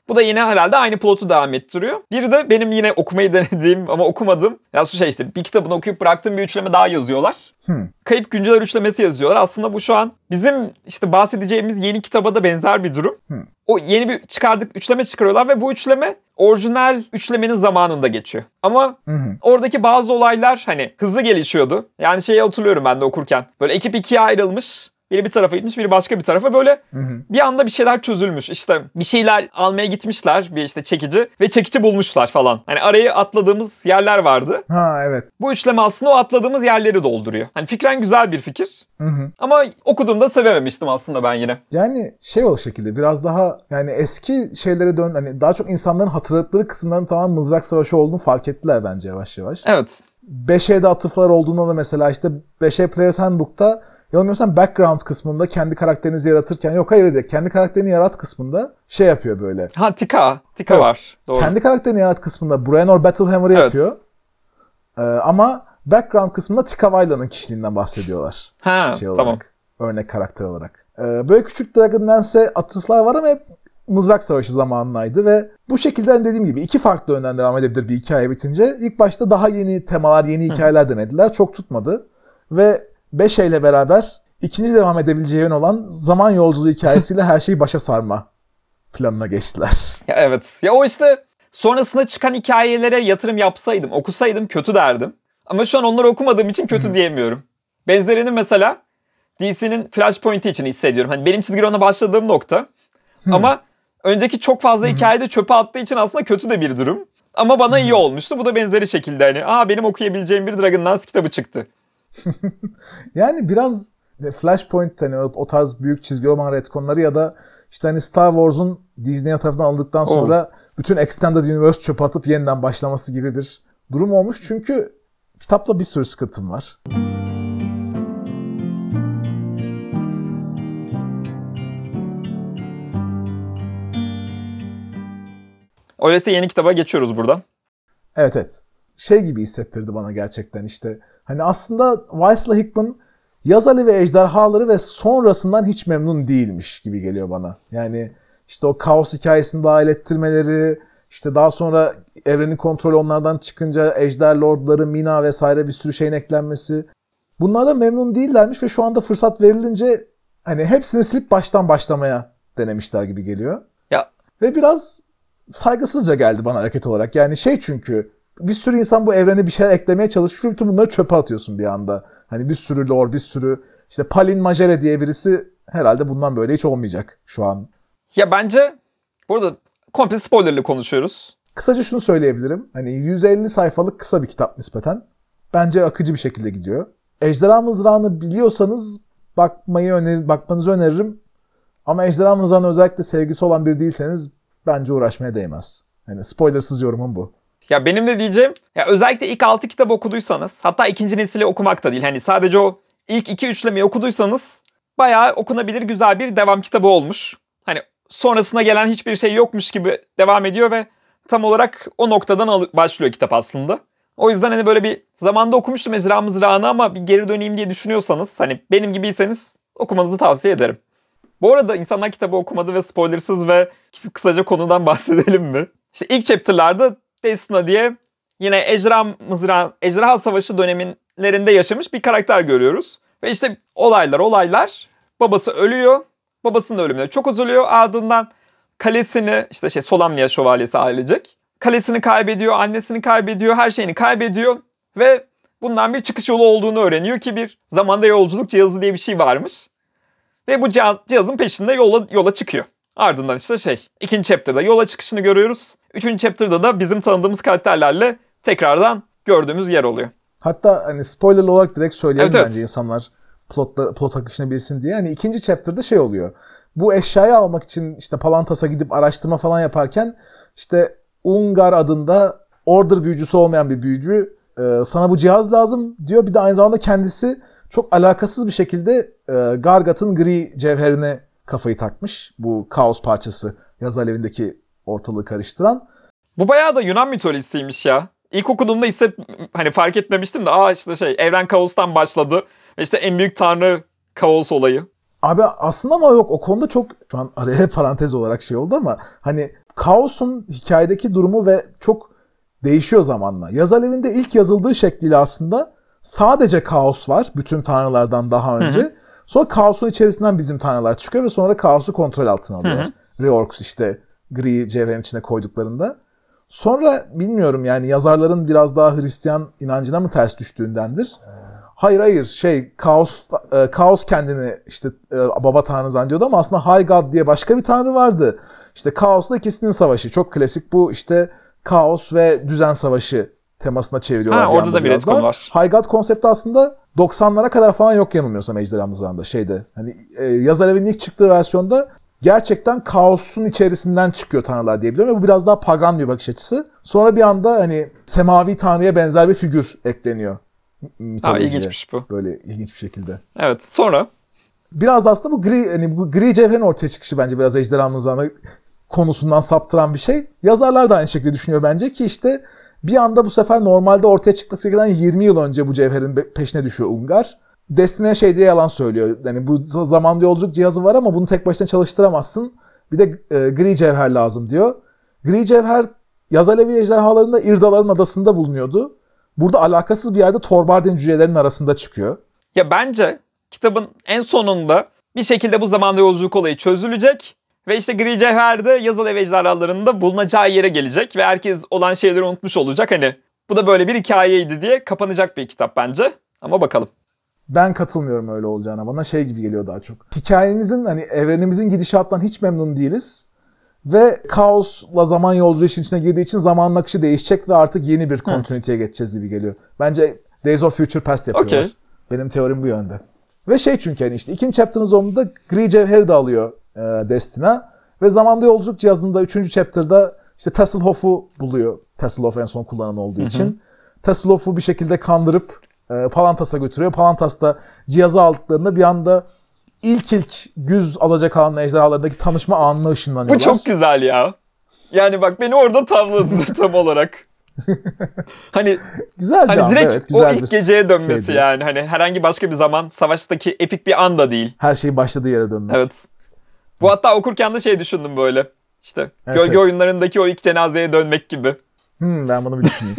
Bu da yine herhalde aynı plotu devam ettiriyor. Bir de benim yine okumayı denediğim ama okumadım. Ya şu şey işte bir kitabını okuyup bıraktığım bir üçleme daha yazıyorlar. Hmm. Kayıp Günceler üçlemesi yazıyorlar. Aslında bu şu an bizim işte bahsedeceğimiz yeni kitaba da benzer bir durum. Hmm. O yeni bir çıkardık üçleme çıkarıyorlar ve bu üçleme orijinal üçlemenin zamanında geçiyor. Ama Hı hı. oradaki bazı olaylar hani hızlı gelişiyordu. Yani şeyi hatırlıyorum ben de okurken. Böyle ekip ikiye ayrılmış. Biri bir tarafa gitmiş, biri başka bir tarafa. Böyle Hı hı. bir anda bir şeyler çözülmüş. İşte bir şeyler almaya gitmişler. Bir işte çekici ve çekici bulmuşlar falan. Hani arayı atladığımız yerler vardı. Ha evet. Bu üçleme aslında o atladığımız yerleri dolduruyor. Hani fikren güzel bir fikir. Hı hı. Ama okuduğumda sevememiştim aslında ben yine. Yani şey o şekilde biraz daha yani eski şeylere dön hani daha çok insanların hatırladıkları kısımların tamamen mızrak savaşı olduğunu fark ettiler bence yavaş yavaş. Evet. beş E'de atıflar olduğunda da mesela işte beş E Player's Handbook'ta yanılmıyorsam background kısmında kendi karakterinizi yaratırken yok hayır değil kendi karakterini yarat kısmında şey yapıyor böyle. Ha Tika. Tika Evet. var. Doğru. Kendi karakterini yarat kısmında Bruenor Battlehammer'ı Evet. yapıyor. Ee, ama background kısmında Tika Vaila'nın kişiliğinden bahsediyorlar. Ha Şey olarak, tamam. örnek karakter olarak. Ee, böyle küçük Dragon Dance'e atıflar var ama hep Mızrak Savaşı zamanındaydı ve bu şekilde hani dediğim gibi iki farklı yönden devam edebilir bir hikaye bitince. İlk başta daha yeni temalar, yeni hikayeler denediler. Çok tutmadı. Ve beş ile beraber ikinci devam edebileceği yön olan zaman yolculuğu hikayesiyle her şeyi başa sarma planına geçtiler. Ya evet. Ya o işte sonrasında çıkan hikayelere yatırım yapsaydım, okusaydım kötü derdim. Ama şu an onları okumadığım için kötü diyemiyorum. Benzerini mesela D C'nin Flashpoint'i için hissediyorum. Hani benim çizgi roman'a başladığım nokta. Ama önceki çok fazla hikayede çöpe attığı için aslında kötü de bir durum. Ama bana iyi olmuştu. Bu da benzeri şekilde hani aa benim okuyabileceğim bir Dragon Dance kitabı çıktı. Yani biraz Flashpoint hani o, o tarz büyük çizgi roman retconları ya da işte hani Star Wars'un Disney tarafından alındıktan sonra oh. bütün Extended Universe çöpe atıp yeniden başlaması gibi bir durum olmuş. Çünkü kitapla bir sürü sıkıntım var. Öyleyse yeni kitaba geçiyoruz buradan. Evet evet. Şey gibi hissettirdi bana gerçekten işte. Hani aslında Weiss'la Hickman Yaz Ali ve Ejderhaları ve sonrasından hiç memnun değilmiş gibi geliyor bana. Yani işte o kaos hikayesini dahil ettirmeleri, işte daha sonra evrenin kontrolü onlardan çıkınca Ejder Lordları, Mina vesaire bir sürü şeyin eklenmesi. Bunlardan memnun değillermiş ve şu anda fırsat verilince hani hepsini silip baştan başlamaya denemişler gibi geliyor. Ya. Ve biraz saygısızca geldi bana hareket olarak. Yani şey çünkü bir sürü insan bu evrene bir şeyler eklemeye çalışmış ve bütün bunları çöpe atıyorsun bir anda. Hani bir sürü lore, bir sürü işte Palin Majere diye birisi herhalde bundan böyle hiç olmayacak şu an. Ya bence burada komple spoilerlı konuşuyoruz. Kısaca şunu söyleyebilirim. Hani yüz elli sayfalık kısa bir kitap nispeten. Bence akıcı bir şekilde gidiyor. Ejderha Mızrağı'nı biliyorsanız bakmayı öner bakmanızı öneririm. Ama Ejderha Mızrağı'nın özellikle sevgisi olan biri değilseniz bence uğraşmaya değmez. Yani spoilersız yorumum bu. Ya benim de diyeceğim, ya özellikle ilk altı kitap okuduysanız, hatta ikinci nesili okumak da değil, hani sadece o ilk iki üçlemeyi okuduysanız bayağı okunabilir güzel bir devam kitabı olmuş. Hani sonrasına gelen hiçbir şey yokmuş gibi devam ediyor ve tam olarak o noktadan başlıyor kitap aslında. O yüzden hani böyle bir zamanda okumuştum Ejderha Mızrağı'nı ama bir geri döneyim diye düşünüyorsanız, hani benim gibiyseniz okumanızı tavsiye ederim. Bu arada insanlar kitabı okumadı ve spoilersız ve kısaca konudan bahsedelim mi? İşte ilk chapter'larda Destina diye yine Ejderha Mızrağı, Ejderha Savaşı dönemlerinde yaşamış bir karakter görüyoruz. Ve işte olaylar olaylar babası ölüyor. Babasının ölümüne çok üzülüyor. Ardından kalesini işte şey Solamnia şövalyesi ailecek. Kalesini kaybediyor, annesini kaybediyor, her şeyini kaybediyor. Ve bundan bir çıkış yolu olduğunu öğreniyor ki bir zamanda yolculuk cihazı diye bir şey varmış. Ve bu cihazın peşinde yola, yola çıkıyor. Ardından işte şey ikinci chapter'da yola çıkışını görüyoruz. Üçüncü chapter'da da bizim tanıdığımız karakterlerle tekrardan gördüğümüz yer oluyor. Hatta hani spoilerlı olarak direkt söyleyelim evet, bence evet. insanlar plotla, plot akışını bilsin diye. Hani ikinci chapter'da şey oluyor. Bu eşyayı almak için işte Palantas'a gidip araştırma falan yaparken işte Ungar adında Order büyücüsü olmayan bir büyücü e, sana bu cihaz lazım diyor. Bir de aynı zamanda kendisi çok alakasız bir şekilde e, Gargat'ın gri cevherine kafayı takmış. Bu kaos parçası yaz alevindeki ortalığı karıştıran. Bu bayağı da Yunan mitolojisiymiş ya. İlk okuduğumda hisset hani fark etmemiştim de aa işte şey evren kaostan başladı ve işte en büyük tanrı kaos olayı. Abi aslında ama yok o konuda çok şu an araya parantez olarak şey oldu ama hani kaosun hikayedeki durumu ve çok değişiyor zamanla. Yaz Alevi'nde ilk yazıldığı şekliyle aslında sadece kaos var bütün tanrılardan daha önce. Hı hı. Sonra kaosun içerisinden bizim tanrılar çıkıyor ve sonra kaosu kontrol altına alıyorlar. Reorgs işte gri cevherin içine koyduklarında. Sonra bilmiyorum yani yazarların biraz daha Hristiyan inancına mı ters düştüğündendir. Hayır hayır şey kaos e, kaos kendini işte e, baba tanrı zannediyordu ama aslında High God diye başka bir tanrı vardı. İşte kaosla ikisinin savaşı. Çok klasik bu işte kaos ve düzen savaşı temasına çeviriyorlar. Ha, orada da bir retcon var. High God konsepti aslında doksanlara kadar falan yok yanılmıyorsam Ejderha Mızrağı'nda şeyde. Hani e, Yaz Alevi'nin ilk çıktığı versiyonda gerçekten kaosun içerisinden çıkıyor tanrılar diyebiliyorum ve bu biraz daha pagan bir bakış açısı. Sonra bir anda hani semavi tanrıya benzer bir figür ekleniyor mitolojiye. Ha, ilginçmiş bu. Böyle ilginç bir şekilde. Evet, sonra? Biraz da aslında bu gri, hani bu gri cevherin ortaya çıkışı bence biraz Ejderha Mızrağı'nı konusundan saptıran bir şey. Yazarlar da aynı şekilde düşünüyor bence ki işte bir anda bu sefer normalde ortaya çıkması gereken yirmi yıl önce bu cevherin peşine düşüyor Ungar. Destiny'e şey diye yalan söylüyor. Yani bu zamanda yolculuk cihazı var ama bunu tek başına çalıştıramazsın. Bir de e, gri cevher lazım diyor. Gri cevher Yaz Alevi ejderhalarında İrdaların adasında bulunuyordu. Burada alakasız bir yerde Thorbardin cücelerinin arasında çıkıyor. Ya bence kitabın en sonunda bir şekilde bu zamanda yolculuk olayı çözülecek ve işte gri cevher de Yaz Alevi ejderhalarında bulunacağı yere gelecek ve herkes olan şeyleri unutmuş olacak. Hani bu da böyle bir hikayeydi diye kapanacak bir kitap bence. Ama bakalım. Ben katılmıyorum öyle olacağına. Bana şey gibi geliyor daha çok. Hikayemizin hani evrenimizin gidişatından hiç memnun değiliz. Ve kaosla zaman yolculuğu işin içine girdiği için zamanın akışı değişecek ve artık yeni bir kontinüiteye geçeceğiz gibi geliyor. Bence Days of Future Past yapıyorlar. Okay. Benim teorim bu yönde. Ve şey çünkü hani işte ikinci chapter'ın sonunda gri cevheri de alıyor e, Destina. Ve zamanda yolculuk cihazında üçüncü chapter'da işte Tasselhoff'u buluyor. Tasselhoff en son kullanan olduğu Hı-hı. için. Tasselhoff'u bir şekilde kandırıp e, Palantas'a götürüyor. Palantas'ta cihazı aldıklarında bir anda ilk ilk güz alacak alan ejderhalarındaki tanışma anına ışınlanıyorlar. Bu çok güzel ya. Yani bak beni orada tavladı tam olarak. Hani güzel bir hani anda, direkt evet, güzel o ilk geceye dönmesi şeydi. Yani. Hani herhangi başka bir zaman savaştaki epik bir an da değil. Her şeyin başladığı yere dönmek. Evet. Bu hatta okurken de şey düşündüm böyle. İşte evet, gölge evet. oyunlarındaki o ilk cenazeye dönmek gibi. Hmm, ben bunu bir düşüneyim.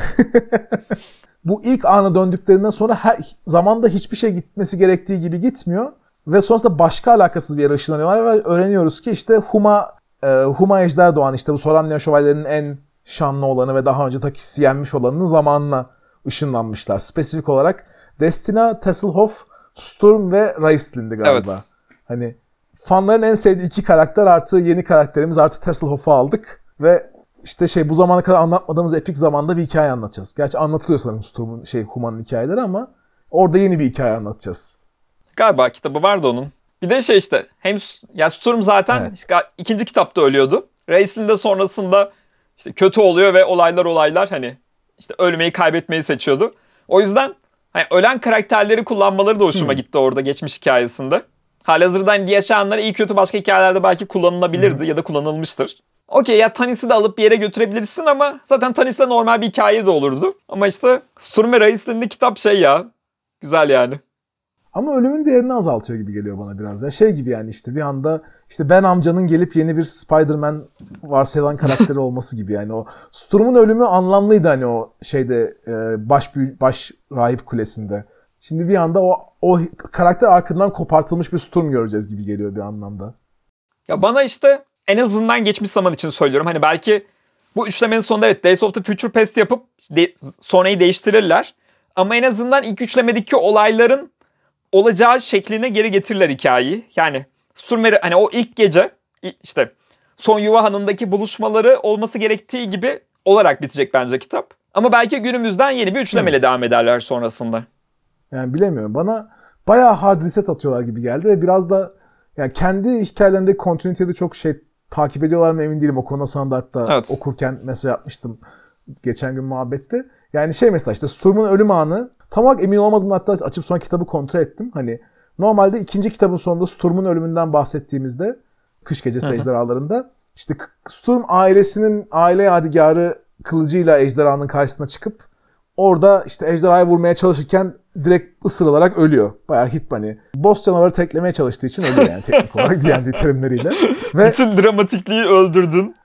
Bu ilk ana döndüklerinden sonra her zamanda hiçbir şey gitmesi gerektiği gibi gitmiyor. Ve sonrasında başka alakasız bir yere ışınlanıyorlar ve öğreniyoruz ki işte Huma e, Huma Ejder Doğan işte bu Solamnia şövalyelerinin en şanlı olanı ve daha önce Takis'i yenmiş olanının zamanına ışınlanmışlar. Spesifik olarak Destina, Tasselhoff, Sturm ve Raistlin'di galiba. Evet. Hani fanların en sevdiği iki karakter artı yeni karakterimiz artı Tasselhoff'u aldık ve işte şey bu zamana kadar anlatmadığımız epik zamanda bir hikaye anlatacağız. Gerçi anlatılıyor sanırım Sturm'un şey Huma'nın hikayeleri ama orada yeni bir hikaye anlatacağız. Galiba kitabı vardı onun. Bir de şey işte hem ya Sturm zaten evet. ikinci kitapta ölüyordu. Raistlin de sonrasında işte kötü oluyor ve olaylar olaylar hani işte ölmeyi kaybetmeyi seçiyordu. O yüzden hani ölen karakterleri kullanmaları da hoşuma hmm. gitti orada geçmiş hikayesinde. Halihazırda hani yaşayanları iyi kötü başka hikayelerde belki kullanılabilirdi hmm. ya da kullanılmıştır. Okey ya Tanis'i de alıp bir yere götürebilirsin ama zaten Tanis'le normal bir hikaye de olurdu. Ama işte Sturm ve Raistlin'li kitap şey ya güzel yani. Ama ölümün değerini azaltıyor gibi geliyor bana biraz ya. Şey gibi yani işte bir anda işte Ben amcanın gelip yeni bir Spider-Man varsayılan karakteri olması gibi yani. O Sturm'un ölümü anlamlıydı hani o şeyde baş baş rahip kulesinde. Şimdi bir anda o o karakter arkından kopartılmış bir Sturm göreceğiz gibi geliyor bir anlamda. Ya bana işte en azından geçmiş zaman için söylüyorum. Hani belki bu üçlemenin sonunda evet Days of the Future Past yapıp de, sonrayı değiştirirler. Ama en azından ilk üçlemedeki olayların olacağı şekline geri getirirler hikayeyi. Yani Sturmer'i hani o ilk gece işte Son Yuva Hanı'ndaki buluşmaları olması gerektiği gibi olarak bitecek bence kitap. Ama belki günümüzden yeni bir üçlemeyle hmm. devam ederler sonrasında. Yani bilemiyorum. Bana bayağı hard reset atıyorlar gibi geldi ve biraz da yani kendi hikayelerindeki kontinüiteyi de çok şey takip ediyorlar mı emin değilim. O konuda sana da hatta evet. okurken mesaj yapmıştım geçen gün muhabbette. Yani şey mesela işte Sturm'un ölüm anı tam olarak emin olmadım hatta açıp sonra kitabı kontrol ettim. Hani normalde ikinci kitabın sonunda Sturm'un ölümünden bahsettiğimizde Kış Gecesi ejderhalarında işte Sturm ailesinin aile yadigarı kılıcıyla ejderhanın karşısına çıkıp orada işte ejderhayı vurmaya çalışırken direkt ısırılarak ölüyor. Bayağı hit hani. Boss canavarı teklemeye çalıştığı için ölüyor yani teknik olarak D and D terimleriyle. Ve bütün dramatikliği öldürdün.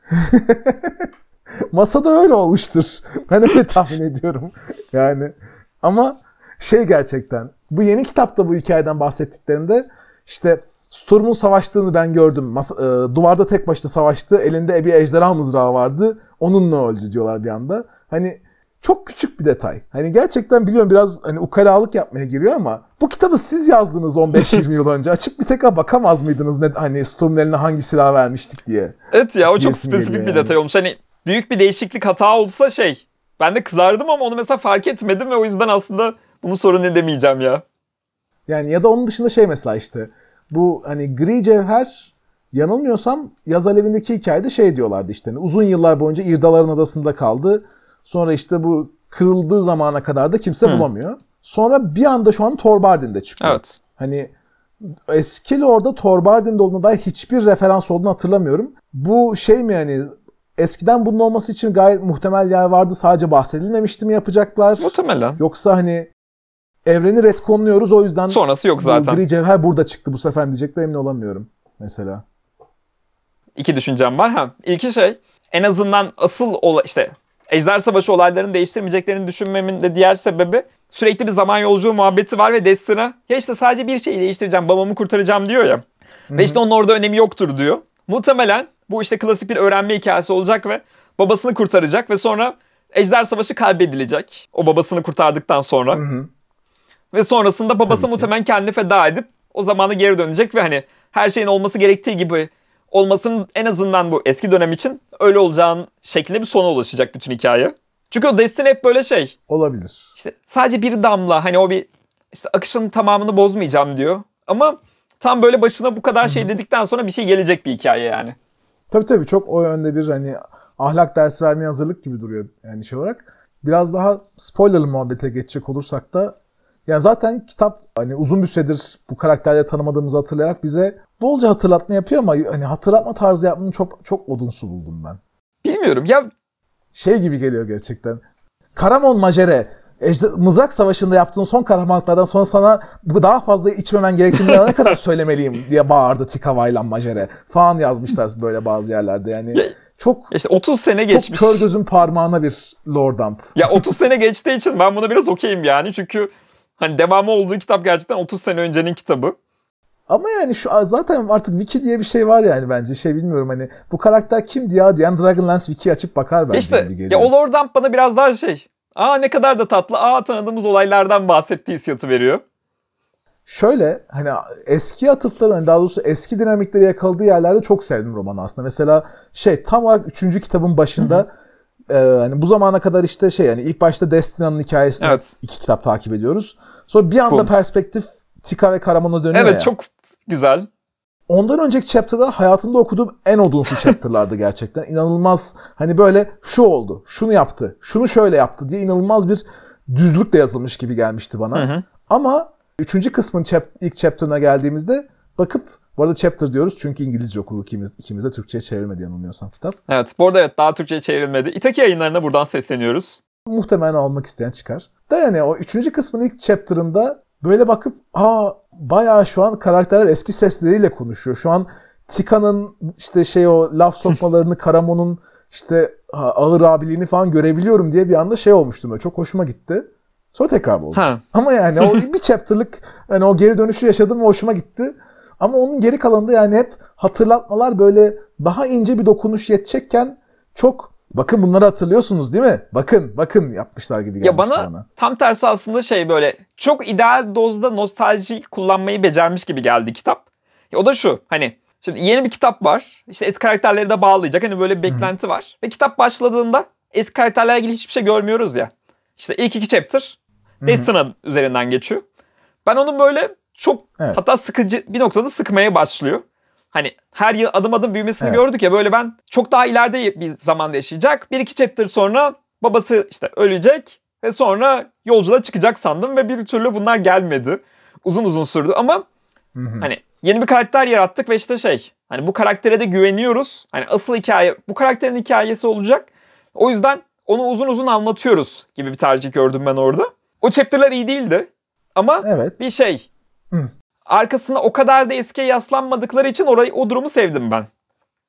Masada öyle olmuştur. Ben öyle tahmin ediyorum. Yani ama şey gerçekten bu yeni kitapta bu hikayeden bahsettiklerinde işte Storm'un savaştığını ben gördüm. Masa, e, duvarda tek başına savaştı. Elinde bir ejderha mızrağı vardı. Onunla öldü diyorlar bir anda. Hani çok küçük bir detay. Hani gerçekten biliyorum biraz hani ukalalık yapmaya giriyor ama bu kitabı siz yazdınız on beş yirmi yıl önce. Açıp bir tekrar bakamaz mıydınız ne, hani Storm'un eline hangi silah vermiştik diye. Evet ya o çok Diyesim spesifik bir geliyor detay olmuş. Hani büyük bir değişiklik hata olsa şey. Ben de kızardım ama onu mesela fark etmedim ve o yüzden aslında bunu sorun edemeyeceğim ya. Yani ya da onun dışında şey mesela işte bu hani gri cevher yanılmıyorsam Yaz Alevi'ndeki hikayede şey diyorlardı işte hani uzun yıllar boyunca İrdaların adasında kaldı. Sonra işte bu kırıldığı zamana kadar da kimse Hmm. bulamıyor. Sonra bir anda şu an Thorbardin'de çıkıyor. Evet. Hani eski Lord'da Thorbardin'de olduğuna dair hiçbir referans olduğunu hatırlamıyorum. Bu şey mi yani eskiden bunun olması için gayet muhtemel yer vardı sadece bahsedilmemişti mi yapacaklar? Muhtemelen. Yoksa hani evreni retconluyoruz o yüzden Sonrası yok zaten. bu gri cevher burada çıktı bu sefer diyecekler emin olamıyorum mesela. İki düşüncem var. Ha, İlki şey en azından asıl ola, işte Ejder Savaşı olaylarını değiştirmeyeceklerini düşünmemin de diğer sebebi sürekli bir zaman yolculuğu muhabbeti var ve Destina ya işte sadece bir şeyi değiştireceğim babamı kurtaracağım diyor ya. Hı-hı. Ve işte onun orada önemi yoktur diyor. Muhtemelen bu işte klasik bir öğrenme hikayesi olacak ve babasını kurtaracak ve sonra Ejder Savaşı kaybedilecek. O babasını kurtardıktan sonra. Hı-hı. Ve sonrasında babası Tabii ki. muhtemelen kendini feda edip o zamana geri dönecek ve hani her şeyin olması gerektiği gibi olmasının en azından bu eski dönem için öyle olacağın şeklinde bir sona ulaşacak bütün hikaye. Çünkü o Destiny hep böyle şey. Olabilir. İşte sadece bir damla hani o bir işte akışın tamamını bozmayacağım diyor. Ama tam böyle başına bu kadar şey dedikten sonra bir şey gelecek bir hikaye yani. Tabii tabii çok o yönde bir hani ahlak dersi vermeye hazırlık gibi duruyor yani şey olarak. Biraz daha spoilerlı muhabbete geçecek olursak da yani zaten kitap hani uzun bir süredir bu karakterleri tanımadığımızı hatırlayarak bize bolca hatırlatma yapıyor ama hani hatırlatma tarzı yapmanın çok çok odunsu buldum ben. Bilmiyorum ya. Şey gibi geliyor gerçekten. Karamon Majere, Ejder, Mızrak Savaşı'nda yaptığın son kahramanlıklardan sonra sana bu daha fazla içmemen gerektiğini ne kadar söylemeliyim diye bağırdı Tikavaylan Majere falan yazmışlar böyle bazı yerlerde yani. Ya, çok işte otuz sene geçmiş. Çok kör gözün parmağına bir Lordamp. Ya otuz sene geçtiği için ben buna biraz okeyim yani. Çünkü hani devamı olduğu kitap gerçekten otuz sene öncenin kitabı. Ama yani şu zaten artık wiki diye bir şey var yani bence. Şey bilmiyorum hani bu karakter kimdi ya diyen Dragonlance wiki açıp bakar bence İşte gibi geliyor. ya o Lordamp bana biraz daha şey. Aa ne kadar da tatlı. Aa tanıdığımız olaylardan bahsettiği hissiyatı veriyor. Şöyle hani eski atıfları hani daha doğrusu eski dinamikleri yakaladığı yerlerde çok sevdim romanı aslında. Mesela şey tam olarak üçüncü kitabın başında e, hani bu zamana kadar işte şey yani ilk başta Destina'nın hikayesini Evet. iki kitap takip ediyoruz. Sonra bir anda Boom. perspektif Tika ve Karaman'a dönüyor Evet ya. çok güzel. Ondan önceki chapter'da hayatımda okuduğum en odunsu chapter'lardı gerçekten. İnanılmaz hani böyle şu oldu, şunu yaptı, şunu şöyle yaptı diye inanılmaz bir düzlükle yazılmış gibi gelmişti bana. Hı hı. Ama üçüncü kısmın chap- ilk chapter'ına geldiğimizde bakıp, bu arada chapter diyoruz çünkü İngilizce okuduk ikimiz, ikimiz de Türkçe'ye çevrilmedi yanılmıyorsam kitap. Evet bu arada evet daha Türkçe'ye çevrilmedi. İtaki yayınlarına buradan sesleniyoruz. Muhtemelen almak isteyen çıkar. Da yani o üçüncü kısmın ilk chapter'ında böyle bakıp aa bayağı şu an karakterler eski sesleriyle konuşuyor. Şu an Tika'nın işte şey o laf sokmalarını, Karamon'un işte ağır abiliğini falan görebiliyorum diye bir anda şey olmuştum. Böyle çok hoşuma gitti. Sonra tekrar oldu. Ha. Ama yani o bir chapter'lık hani o geri dönüşü yaşadım ve hoşuma gitti. Ama onun geri kalanında yani hep hatırlatmalar böyle daha ince bir dokunuş yetecekken çok bakın bunları hatırlıyorsunuz değil mi? Bakın bakın yapmışlar gibi gelmişti Ya bana, bana. tam tersi aslında şey böyle çok ideal dozda nostalji kullanmayı becermiş gibi geldi kitap. Ya o da şu hani şimdi yeni bir kitap var. İşte eski karakterleri de bağlayacak. Hani böyle bir beklenti Hı-hı. var. Ve kitap başladığında eski karakterlerle ilgili hiçbir şey görmüyoruz ya. İşte ilk iki chapter Destina üzerinden geçiyor. Ben onun böyle çok evet. hatta sıkıcı bir noktada sıkmaya başlıyor. Hani her yıl adım adım büyümesini evet. gördük ya böyle ben çok daha ileride bir zamanda yaşayacak. Bir iki chapter sonra babası işte ölecek ve sonra yolculuğa çıkacak sandım ve bir türlü bunlar gelmedi. Uzun uzun sürdü ama hı hı. hani yeni bir karakter yarattık ve işte şey hani bu karaktere de güveniyoruz. Hani asıl hikaye bu karakterin hikayesi olacak. O yüzden onu uzun uzun anlatıyoruz gibi bir tercih gördüm ben orada. O chapter'lar iyi değildi ama evet. bir şey hı. arkasında o kadar da eskiye yaslanmadıkları için orayı o durumu sevdim ben.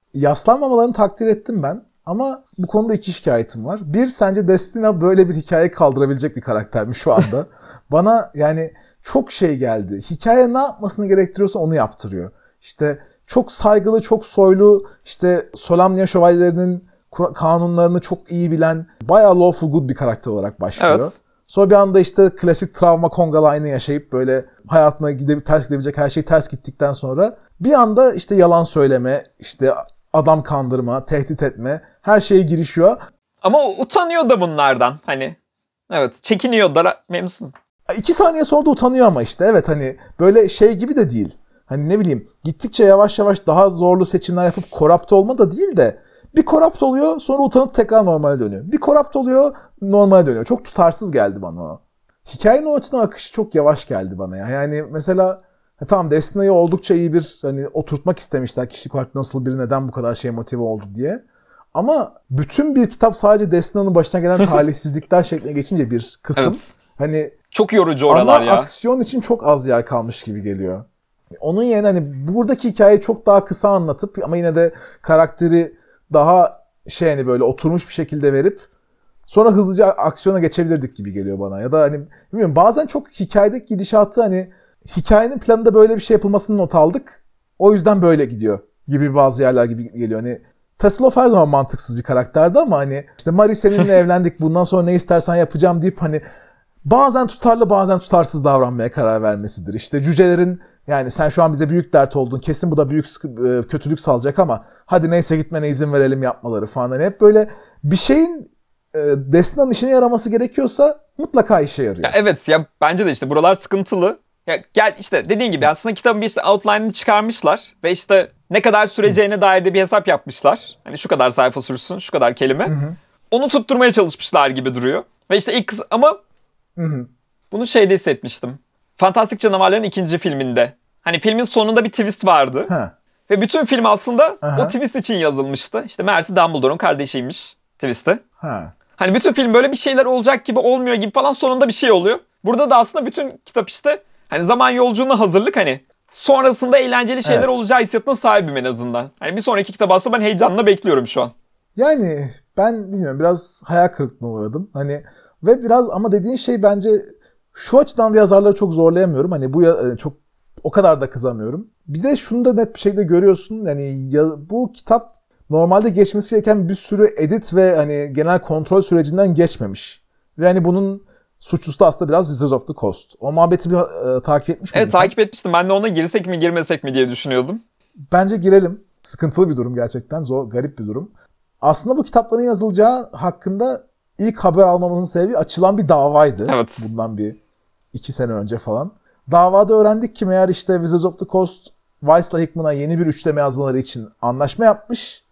yaslanmamalarını takdir ettim ben. Ama bu konuda iki şikayetim var. Bir, sence Destina böyle bir hikaye kaldırabilecek bir karakter mi şu anda? Bana yani çok şey geldi. Hikaye ne yapmasını gerektiriyorsa onu yaptırıyor. İşte çok saygılı, çok soylu, işte Solamnia şövalyelerinin kanunlarını çok iyi bilen, bayağı lawful good bir karakter olarak başlıyor. Evet. Sonra bir anda işte klasik travma kongalayını yaşayıp böyle hayatına gidip ters gidebilecek her şey ters gittikten sonra bir anda işte yalan söyleme, işte adam kandırma, tehdit etme, her şeye girişiyor. Ama utanıyor da bunlardan hani. Evet, çekiniyor da memnun. İki saniye sonra da utanıyor ama işte evet hani böyle şey gibi de değil. Hani ne bileyim gittikçe yavaş yavaş daha zorlu seçimler yapıp korrupt olma da değil de bir korrupt oluyor sonra utanıp tekrar normale dönüyor. Bir korrupt oluyor normale dönüyor. Çok tutarsız geldi bana o. Hikayenin o açıdan akışı çok yavaş geldi bana ya. Yani mesela tamam Destina'yı oldukça iyi bir hani oturtmak istemişler kişilik olarak nasıl biri neden bu kadar şey motive oldu diye. Ama bütün bir kitap sadece Destina'nın başına gelen talihsizlikler şekline geçince bir kısım evet. hani çok yorucu oralar ana ya. aksiyon için çok az yer kalmış gibi geliyor. Onun yerine hani buradaki hikayeyi çok daha kısa anlatıp ama yine de karakteri daha şey hani böyle oturmuş bir şekilde verip sonra hızlıca aksiyona geçebilirdik gibi geliyor bana. Ya da hani bilmiyorum bazen çok hikayedeki gidişatı hani hikayenin planında böyle bir şey yapılmasını not aldık. O yüzden böyle gidiyor gibi bazı yerler gibi geliyor. Hani Tasslehoff her zaman mantıksız bir karakterdi ama hani işte Mari seninle evlendik bundan sonra ne istersen yapacağım deyip hani bazen tutarlı bazen tutarsız davranmaya karar vermesidir. İşte cücelerin yani sen şu an bize büyük dert oldun kesin bu da büyük sıkı, kötülük salacak ama hadi neyse gitmene izin verelim yapmaları falan. Hani hep böyle bir şeyin e, Destina'nın işine yaraması gerekiyorsa mutlaka işe yarıyor. Ya evet ya bence de işte buralar sıkıntılı. Ya gel işte dediğin gibi aslında kitabın bir işte outline'ını çıkarmışlar ve işte ne kadar süreceğine Hı. dair de bir hesap yapmışlar. Hani şu kadar sayfa sürsün, şu kadar kelime. Hı hı. Onu tutturmaya çalışmışlar gibi duruyor. Ve işte ilk kız ama hı hı. bunu şeyde hissetmiştim. Fantastik Canavarların ikinci filminde. Hani filmin sonunda bir twist vardı. Ha. Ve bütün film aslında Aha. o twist için yazılmıştı. İşte meğerse Dumbledore'un kardeşiymiş twist'i. Ha. Hani bütün film böyle bir şeyler olacak gibi olmuyor gibi falan sonunda bir şey oluyor. Burada da aslında bütün kitap işte hani zaman yolculuğuna hazırlık hani sonrasında eğlenceli şeyler evet. olacağı hissiyatına sahibim en azından. Hani bir sonraki kitap aslında ben heyecanla bekliyorum şu an. Yani ben bilmiyorum biraz hayal kırıklığına uğradım. Hani ve biraz ama dediğin şey bence şu açıdan da yazarları çok zorlayamıyorum. Hani bu ya, çok o kadar da kızamıyorum. Bir de şunu da net bir şekilde görüyorsun. Yani ya, bu kitap normalde geçmesi gereken bir sürü edit ve hani genel kontrol sürecinden geçmemiş. Ve hani bunun suçlusu da aslında biraz Wizards of the Coast. O muhabbeti bir e, takip etmiş miydin? Evet takip etmiştim. Ben de ona girsek mi girmesek mi diye düşünüyordum. Bence girelim. Sıkıntılı bir durum gerçekten. Zor, garip bir durum. Aslında bu kitapların yazılacağı hakkında ilk haber almamızın sebebi açılan bir davaydı. Evet. Bundan bir iki sene önce falan. Davada öğrendik ki meğer işte Wizards of the Coast Weiss'la Hickman'a yeni bir üçleme yazmaları için anlaşma yapmış.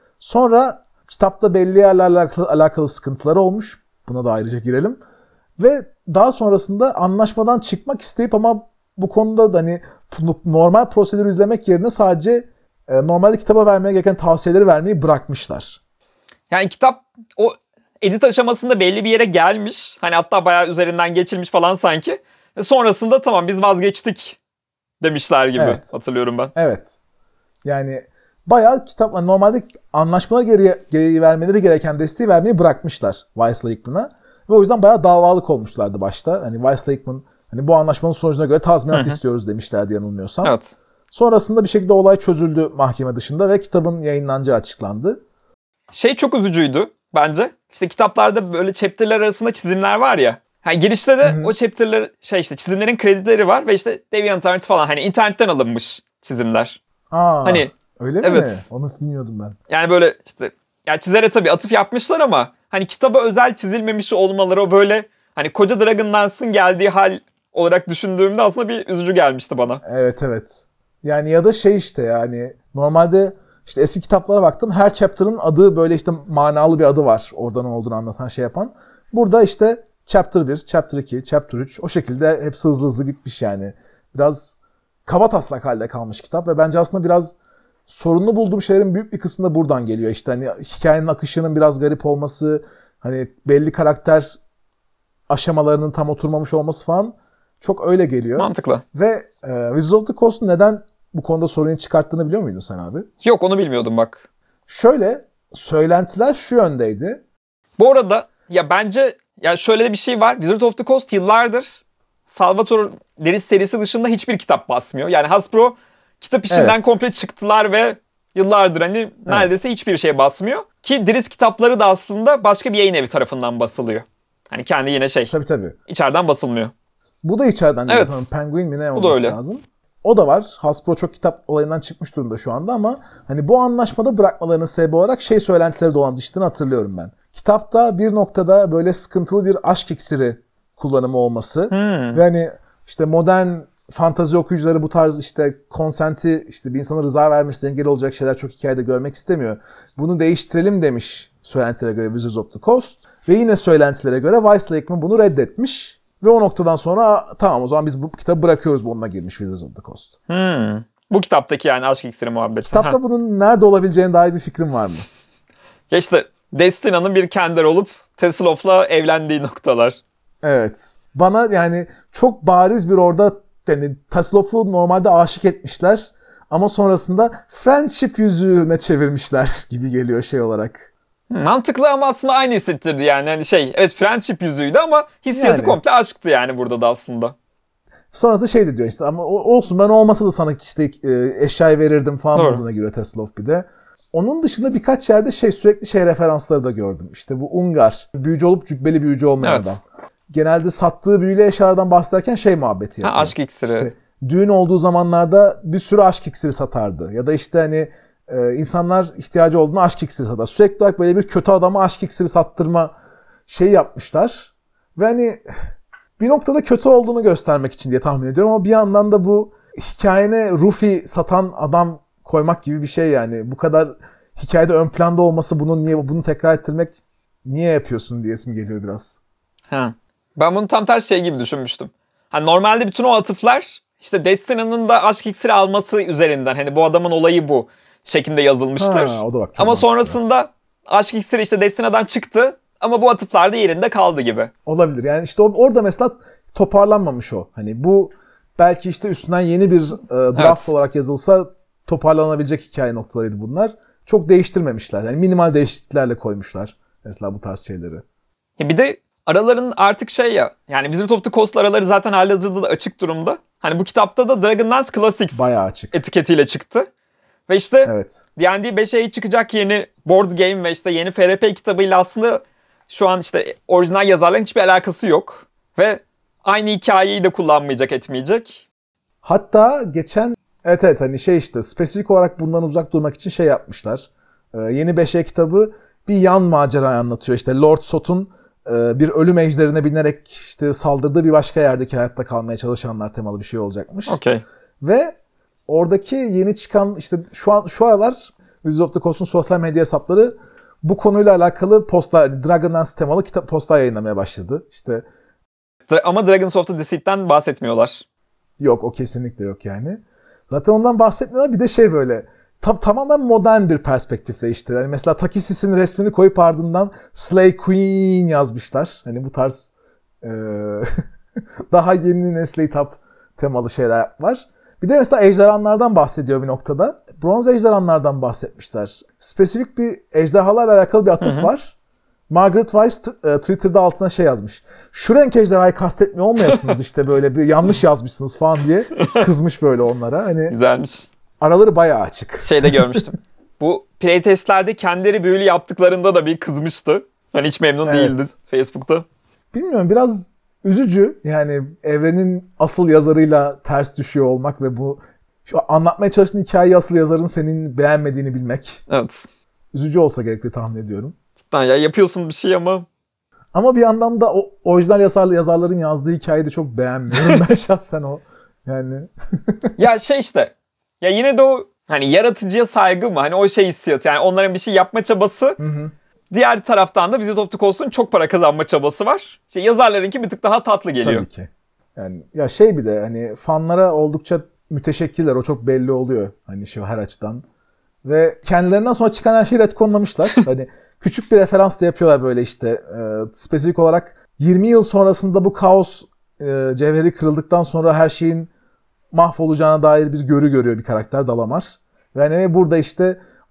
Sonra kitapta belli yerlerle alakalı, alakalı sıkıntıları olmuş. Buna da ayrıca girelim. Ve daha sonrasında anlaşmadan çıkmak isteyip ama bu konuda da hani normal prosedürü izlemek yerine sadece e, normalde kitaba vermeye gereken tavsiyeleri vermeyi bırakmışlar. Yani kitap o edit aşamasında belli bir yere gelmiş. Hani hatta bayağı üzerinden geçilmiş falan sanki. Ve sonrasında tamam biz vazgeçtik demişler gibi evet. hatırlıyorum ben. Evet. Yani bayağı kitap normalde anlaşmalara geri, geri vermeleri gereken desteği vermeyi bırakmışlar Weiss'la Hickman'a. Ve o yüzden bayağı davalık olmuşlardı başta. Hani Weiss'la Hickman hani bu anlaşmanın sonucuna göre tazminat Hı-hı. istiyoruz demişlerdi yanılmıyorsam. Evet. Sonrasında bir şekilde olay çözüldü mahkeme dışında ve kitabın yayınlanacağı açıklandı. Şey çok üzücüydü bence. İşte kitaplarda böyle chapter'lar arasında çizimler var ya. Yani girişte de Hı-hı. o chapter'lar şey işte çizimlerin kredileri var ve işte DeviantArt falan hani internetten alınmış çizimler. Aa, hani öyle mi? Evet. Onu bilmiyordum ben. Yani böyle işte yani çizere tabii atıf yapmışlar ama hani kitaba özel çizilmemiş olmaları o böyle hani koca Dragon Dance'ın geldiği hal olarak düşündüğümde aslında bir üzücü gelmişti bana. Evet evet. Yani ya da şey işte yani normalde işte eski kitaplara baktım her chapter'ın adı böyle işte manalı bir adı var. Orada ne olduğunu anlatan şey yapan. Burada işte chapter bir, chapter iki, chapter üç o şekilde hepsi hızlı hızlı gitmiş yani. Biraz kabataslak halde kalmış kitap ve bence aslında biraz sorunlu bulduğum şeylerin büyük bir kısmı da buradan geliyor. İşte hani hikayenin akışının biraz garip olması, hani belli karakter aşamalarının tam oturmamış olması falan çok öyle geliyor. Mantıklı. Ve e, Wizards of the Coast'un neden bu konuda sorunu çıkarttığını biliyor muydun sen abi? Yok onu bilmiyordum bak. Şöyle, söylentiler şu yöndeydi. Bu arada ya bence ya şöyle de bir şey var. Wizard of the Coast yıllardır Salvatore Deris serisi dışında hiçbir kitap basmıyor. Yani Hasbro kitap işinden Evet. komple çıktılar ve yıllardır hani neredeyse hiçbir şey basmıyor. Ki Deris kitapları da aslında başka bir yayın evi tarafından basılıyor. Hani kendi yine şey Tabii tabii. içeriden basılmıyor. Bu da içeriden değil. Evet. Sanırım Penguin mi ne Bu da olması öyle. lazım. O da var. Hasbro çok kitap olayından çıkmış durumda şu anda ama hani bu anlaşmada bırakmalarının sebebi olarak şey söylentileri dolandırıldığını hatırlıyorum ben. Kitapta bir noktada böyle sıkıntılı bir aşk iksiri kullanımı olması Hmm. ve hani işte modern fantazi okuyucuları bu tarz işte konsenti, işte bir insanın rıza vermesine engel olacak şeyler çok hikayede görmek istemiyor. Bunu değiştirelim demiş söylentilere göre Wizards of the Coast ve yine söylentilere göre Weiss Lakeman bunu reddetmiş. Ve o noktadan sonra tamam o zaman biz bu kitabı bırakıyoruz, bu onunla girmiş Wizards of the Coast. Hmm. Bu kitaptaki yani aşk iksiri muhabbeti. Kitapta Ha. bunun nerede olabileceğine dair bir fikrin var mı? Ya işte Destina'nın bir Kender olup Tesselhoff'la evlendiği noktalar. Evet. Bana yani çok bariz bir orada yani Tasselhoff'u normalde aşık etmişler ama sonrasında friendship yüzüğüne çevirmişler gibi geliyor şey olarak. Mantıklı ama aslında aynı hissettirdi yani. Hani şey evet friendship yüzüğüydü ama hissiyatı Yani. komple aşktı yani burada da aslında. Sonrasında şey de diyor işte ama o- olsun ben olmasa da sana işte e, eşyayı verirdim falan Doğru. moduna giriyor Tasselhoff bir de. Onun dışında birkaç yerde şey sürekli şey referansları da gördüm. İşte bu Ungar, büyücü olup cübbeli büyücü olmayan Evet. adam. Genelde sattığı büyülü eşyalardan bahsederken şey muhabbeti Ha, yapıyor. aşk iksiri. İşte düğün olduğu zamanlarda bir sürü aşk iksiri satardı. Ya da işte hani e, insanlar ihtiyacı olduğunda aşk iksiri satar. Sürekli olarak böyle bir kötü adama aşk iksiri sattırma şey yapmışlar. Ve hani bir noktada kötü olduğunu göstermek için diye tahmin ediyorum ama bir yandan da bu hikayene Rufi satan adam koymak gibi bir şey yani. Bu kadar hikayede ön planda olması, bunu niye bunu tekrar ettirmek niye yapıyorsun diyesim geliyor biraz. Ha. Ben bunu tam tersi şey gibi düşünmüştüm. Hani normalde bütün o atıflar işte Destina'nın da aşk iksiri alması üzerinden hani bu adamın olayı bu şeklinde yazılmıştır. Ha, o da bak çok Ama mantıklı. sonrasında aşk iksiri işte Destina'dan çıktı ama bu atıflar da yerinde kaldı gibi. Olabilir. Yani işte o- orada mesela toparlanmamış o. Hani bu belki işte üstünden yeni bir e, draft Evet. olarak yazılsa toparlanabilecek hikaye noktalarıydı bunlar. Çok değiştirmemişler. Yani minimal değişikliklerle koymuşlar mesela bu tarz şeyleri. Ya bir de araların artık şey ya yani Wizard of the Coast araları zaten halihazırda da açık durumda. Hani bu kitapta da Dragonlance Classics Bayağı açık. etiketiyle çıktı. Ve işte Evet. D and D beşe çıkacak yeni board game ve işte yeni F R P kitabıyla aslında şu an işte orijinal yazarların hiçbir alakası yok. Ve aynı hikayeyi de kullanmayacak, etmeyecek. Hatta geçen evet evet hani şey işte spesifik olarak bundan uzak durmak için şey yapmışlar. Ee, yeni beş E kitabı bir yan macerayı anlatıyor. İşte Lord Sot'un e, bir ölüm ejderine binerek işte saldırdığı bir başka yerdeki hayatta kalmaya çalışanlar temalı bir şey olacakmış. Okey. Ve oradaki yeni çıkan işte şu an şu aralar Wizards of the Coast'un sosyal medya hesapları bu konuyla alakalı postlar, Dragonlance temalı kitap postlar yayınlamaya başladı. İşte Dra- Ama Dragons of the Deceit'ten bahsetmiyorlar. yok o kesinlikle yok yani. Zaten ondan bahsetmiyorlar. Bir de şey böyle ta- tamamen modern bir perspektifle işte. Yani mesela Takisis'in resmini koyup ardından Slay Queen yazmışlar. Hani bu tarz e, daha yeni nesle hitap temalı şeyler var. Bir de mesela ejderhanlardan bahsediyor bir noktada. Bronz ejderhanlardan bahsetmişler. Spesifik bir ejderhalarla alakalı bir atıf Hı hı. var. Margaret Weiss t- e, Twitter'da altına şey yazmış. Şu renk ejderhayı kastetmiyor olmayasınız işte böyle bir yanlış yazmışsınız falan diye kızmış böyle onlara. Hani Güzelmiş. araları bayağı açık. Şeyde görmüştüm. Bu playtestlerde kendileri büyülü yaptıklarında da bir kızmıştı. Hani hiç memnun Evet. değildi Facebook'ta. Bilmiyorum biraz üzücü. Yani evrenin asıl yazarıyla ters düşüyor olmak ve bu şu anlatmaya çalıştığın hikayeyi asıl yazarın senin beğenmediğini bilmek. Evet. Üzücü olsa gerek diye tahmin ediyorum. Cidden ya yapıyorsun bir şey ama Ama bir yandan da o orijinal yazar, yazarların yazdığı hikayeyi de çok beğenmiyorum ben şahsen o. Yani ya şey işte ya yine de o hani yaratıcıya saygı mı? Hani o şey hissiyatı yani onların bir şey yapma çabası. hı hı. Diğer taraftan da Wizard of the Coast'un çok para kazanma çabası var. İşte yazarlarınki bir tık daha tatlı geliyor. Tabii ki. Yani ya şey bir de hani fanlara oldukça müteşekkirler. O çok belli oluyor. Hani şu her açıdan. Ve kendilerinden sonra çıkan her şeyi retconlamışlar. Hani küçük bir referans da yapıyorlar böyle işte. E, spesifik olarak yirmi yıl sonrasında bu kaos e, cevheri kırıldıktan sonra her şeyin mahvolacağına dair bir görü görüyor bir karakter Dalamar. Yani ve burada işte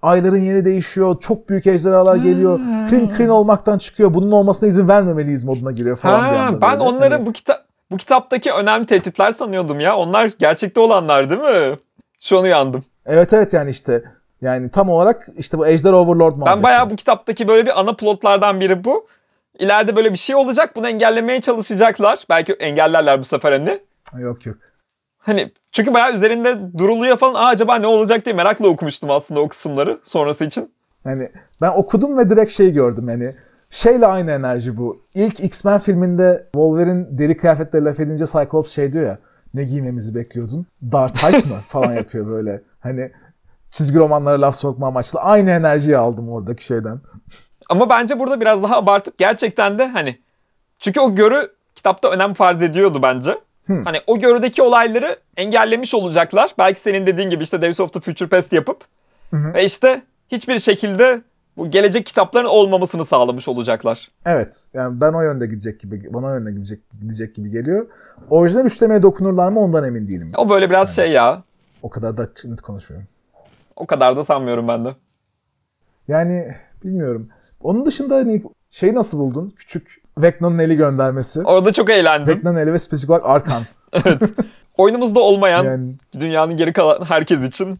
ayların yeri değişiyor. Çok büyük ejderhalar geliyor. Clean clean olmaktan çıkıyor. Bunun olmasına izin vermemeliyiz moduna giriyor falan Ha, bir anda ben böyle. onları Hani, bu kitap bu kitaptaki önemli tehditler sanıyordum ya. Onlar gerçekte olanlar değil mi? Şu an uyandım. evet evet yani işte yani tam olarak işte bu Ejder Overlord muhabbeti. Ben bayağı bu kitaptaki böyle bir ana plotlardan biri bu. İleride böyle bir şey olacak. Bunu engellemeye çalışacaklar. Belki engellerler bu sefer hani. Yok yok. Hani çünkü bayağı üzerinde duruluyor falan. Aa, acaba ne olacak diye merakla okumuştum aslında o kısımları sonrası için. Yani ben okudum ve direkt şey gördüm yani şeyle aynı enerji bu. İlk X-Men filminde Wolverine deri kıyafetleri laf edince Cyclops şey diyor ya, ne giymemizi bekliyordun? Dar tight mı? falan yapıyor böyle. Hani çizgi romanlara laf sokma amaçlı. Aynı enerjiyi aldım oradaki şeyden. Ama bence burada biraz daha abartıp gerçekten de hani çünkü o görü kitapta önem farz ediyordu bence. Hmm. Hani o görüdeki olayları engellemiş olacaklar. Belki senin dediğin gibi işte Days of the Future Past yapıp Hı hı. ve işte hiçbir şekilde bu gelecek kitapların olmamasını sağlamış olacaklar. Evet. Yani ben o yönde gidecek gibi, bana o yönde gidecek, gidecek gibi geliyor. Orijinal üçlemeye dokunurlar mı ondan emin değilim. O böyle biraz Yani. şey ya. O kadar da net konuşmuyorum. O kadar da sanmıyorum ben de. Yani bilmiyorum. Onun dışında hani şeyi nasıl buldun? Küçük Vecna'nın eli göndermesi. Orada çok eğlendim. Vecna'nın eli ve spesifik olarak Arkan. Evet. Oyunumuzda olmayan Yani dünyanın geri kalan herkes için.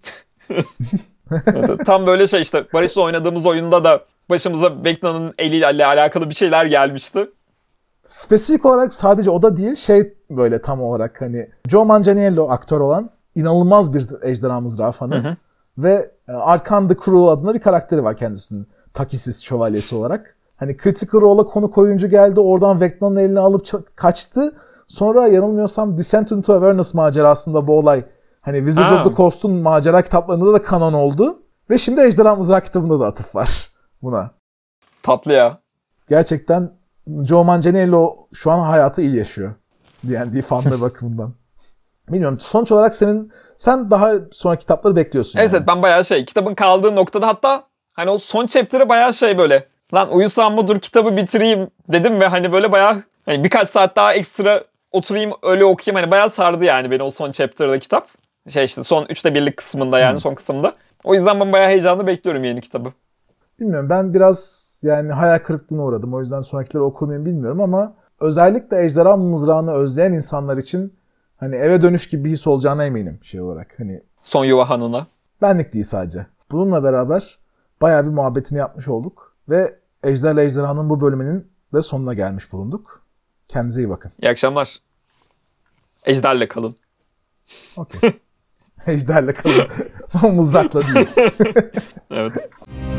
Evet, tam böyle şey işte Barış'la oynadığımız oyunda da başımıza Vecna'nın eliyle alakalı bir şeyler gelmişti. spesifik olarak sadece o da değil, şey böyle tam olarak hani Joe Manganiello aktör olan inanılmaz bir ejderha mızrağı fanı. Hı hı. Ve Arkan the Crew adında bir karakteri var kendisinin. Takisis şövalyesi olarak. Hani Critical Role'a konuk oyuncu geldi. Oradan Vecna'nın elini alıp ç- kaçtı. Sonra yanılmıyorsam Descent into Avernus macerasında bu olay hani Wizards Ha. of the Coast'un macera kitaplarında da kanon oldu. Ve şimdi Ejderha Mızrağı kitabında da atıf var buna. Tatlı ya. Gerçekten Joe Manganiello şu an hayatı iyi yaşıyor. D and D fanlığı bakımından. Bilmiyorum. Sonuç olarak senin sen daha sonra kitapları bekliyorsun Evet yani. evet ben bayağı şey kitabın kaldığı noktada hatta hani o son chapter'ı bayağı şey böyle lan uyusam mı dur kitabı bitireyim dedim ve hani böyle bayağı hani birkaç saat daha ekstra oturayım öyle okuyayım hani bayağı sardı yani beni o son chapter'da kitap. Şey işte son üçte birlik kısmında yani Hmm. son kısımda. O yüzden ben bayağı heyecanlı bekliyorum yeni kitabı. Bilmiyorum, ben biraz yani hayal kırıklığına uğradım. O yüzden sonrakileri okur muyum bilmiyorum ama özellikle Ejderha Mızrağı'nı özleyen insanlar için hani eve dönüş gibi bir his olacağına eminim şey olarak. Hani Son Yuva Hanı'na. benlik değil sadece. Bununla beraber bayağı bir muhabbetini yapmış olduk ve Ejderha Ejderha'nın bu bölümünün de sonuna gelmiş bulunduk. Kendinize iyi bakın. İyi akşamlar. Ejder'le kalın. Okey. Ejderle kalın. Mızrakla değil. Evet.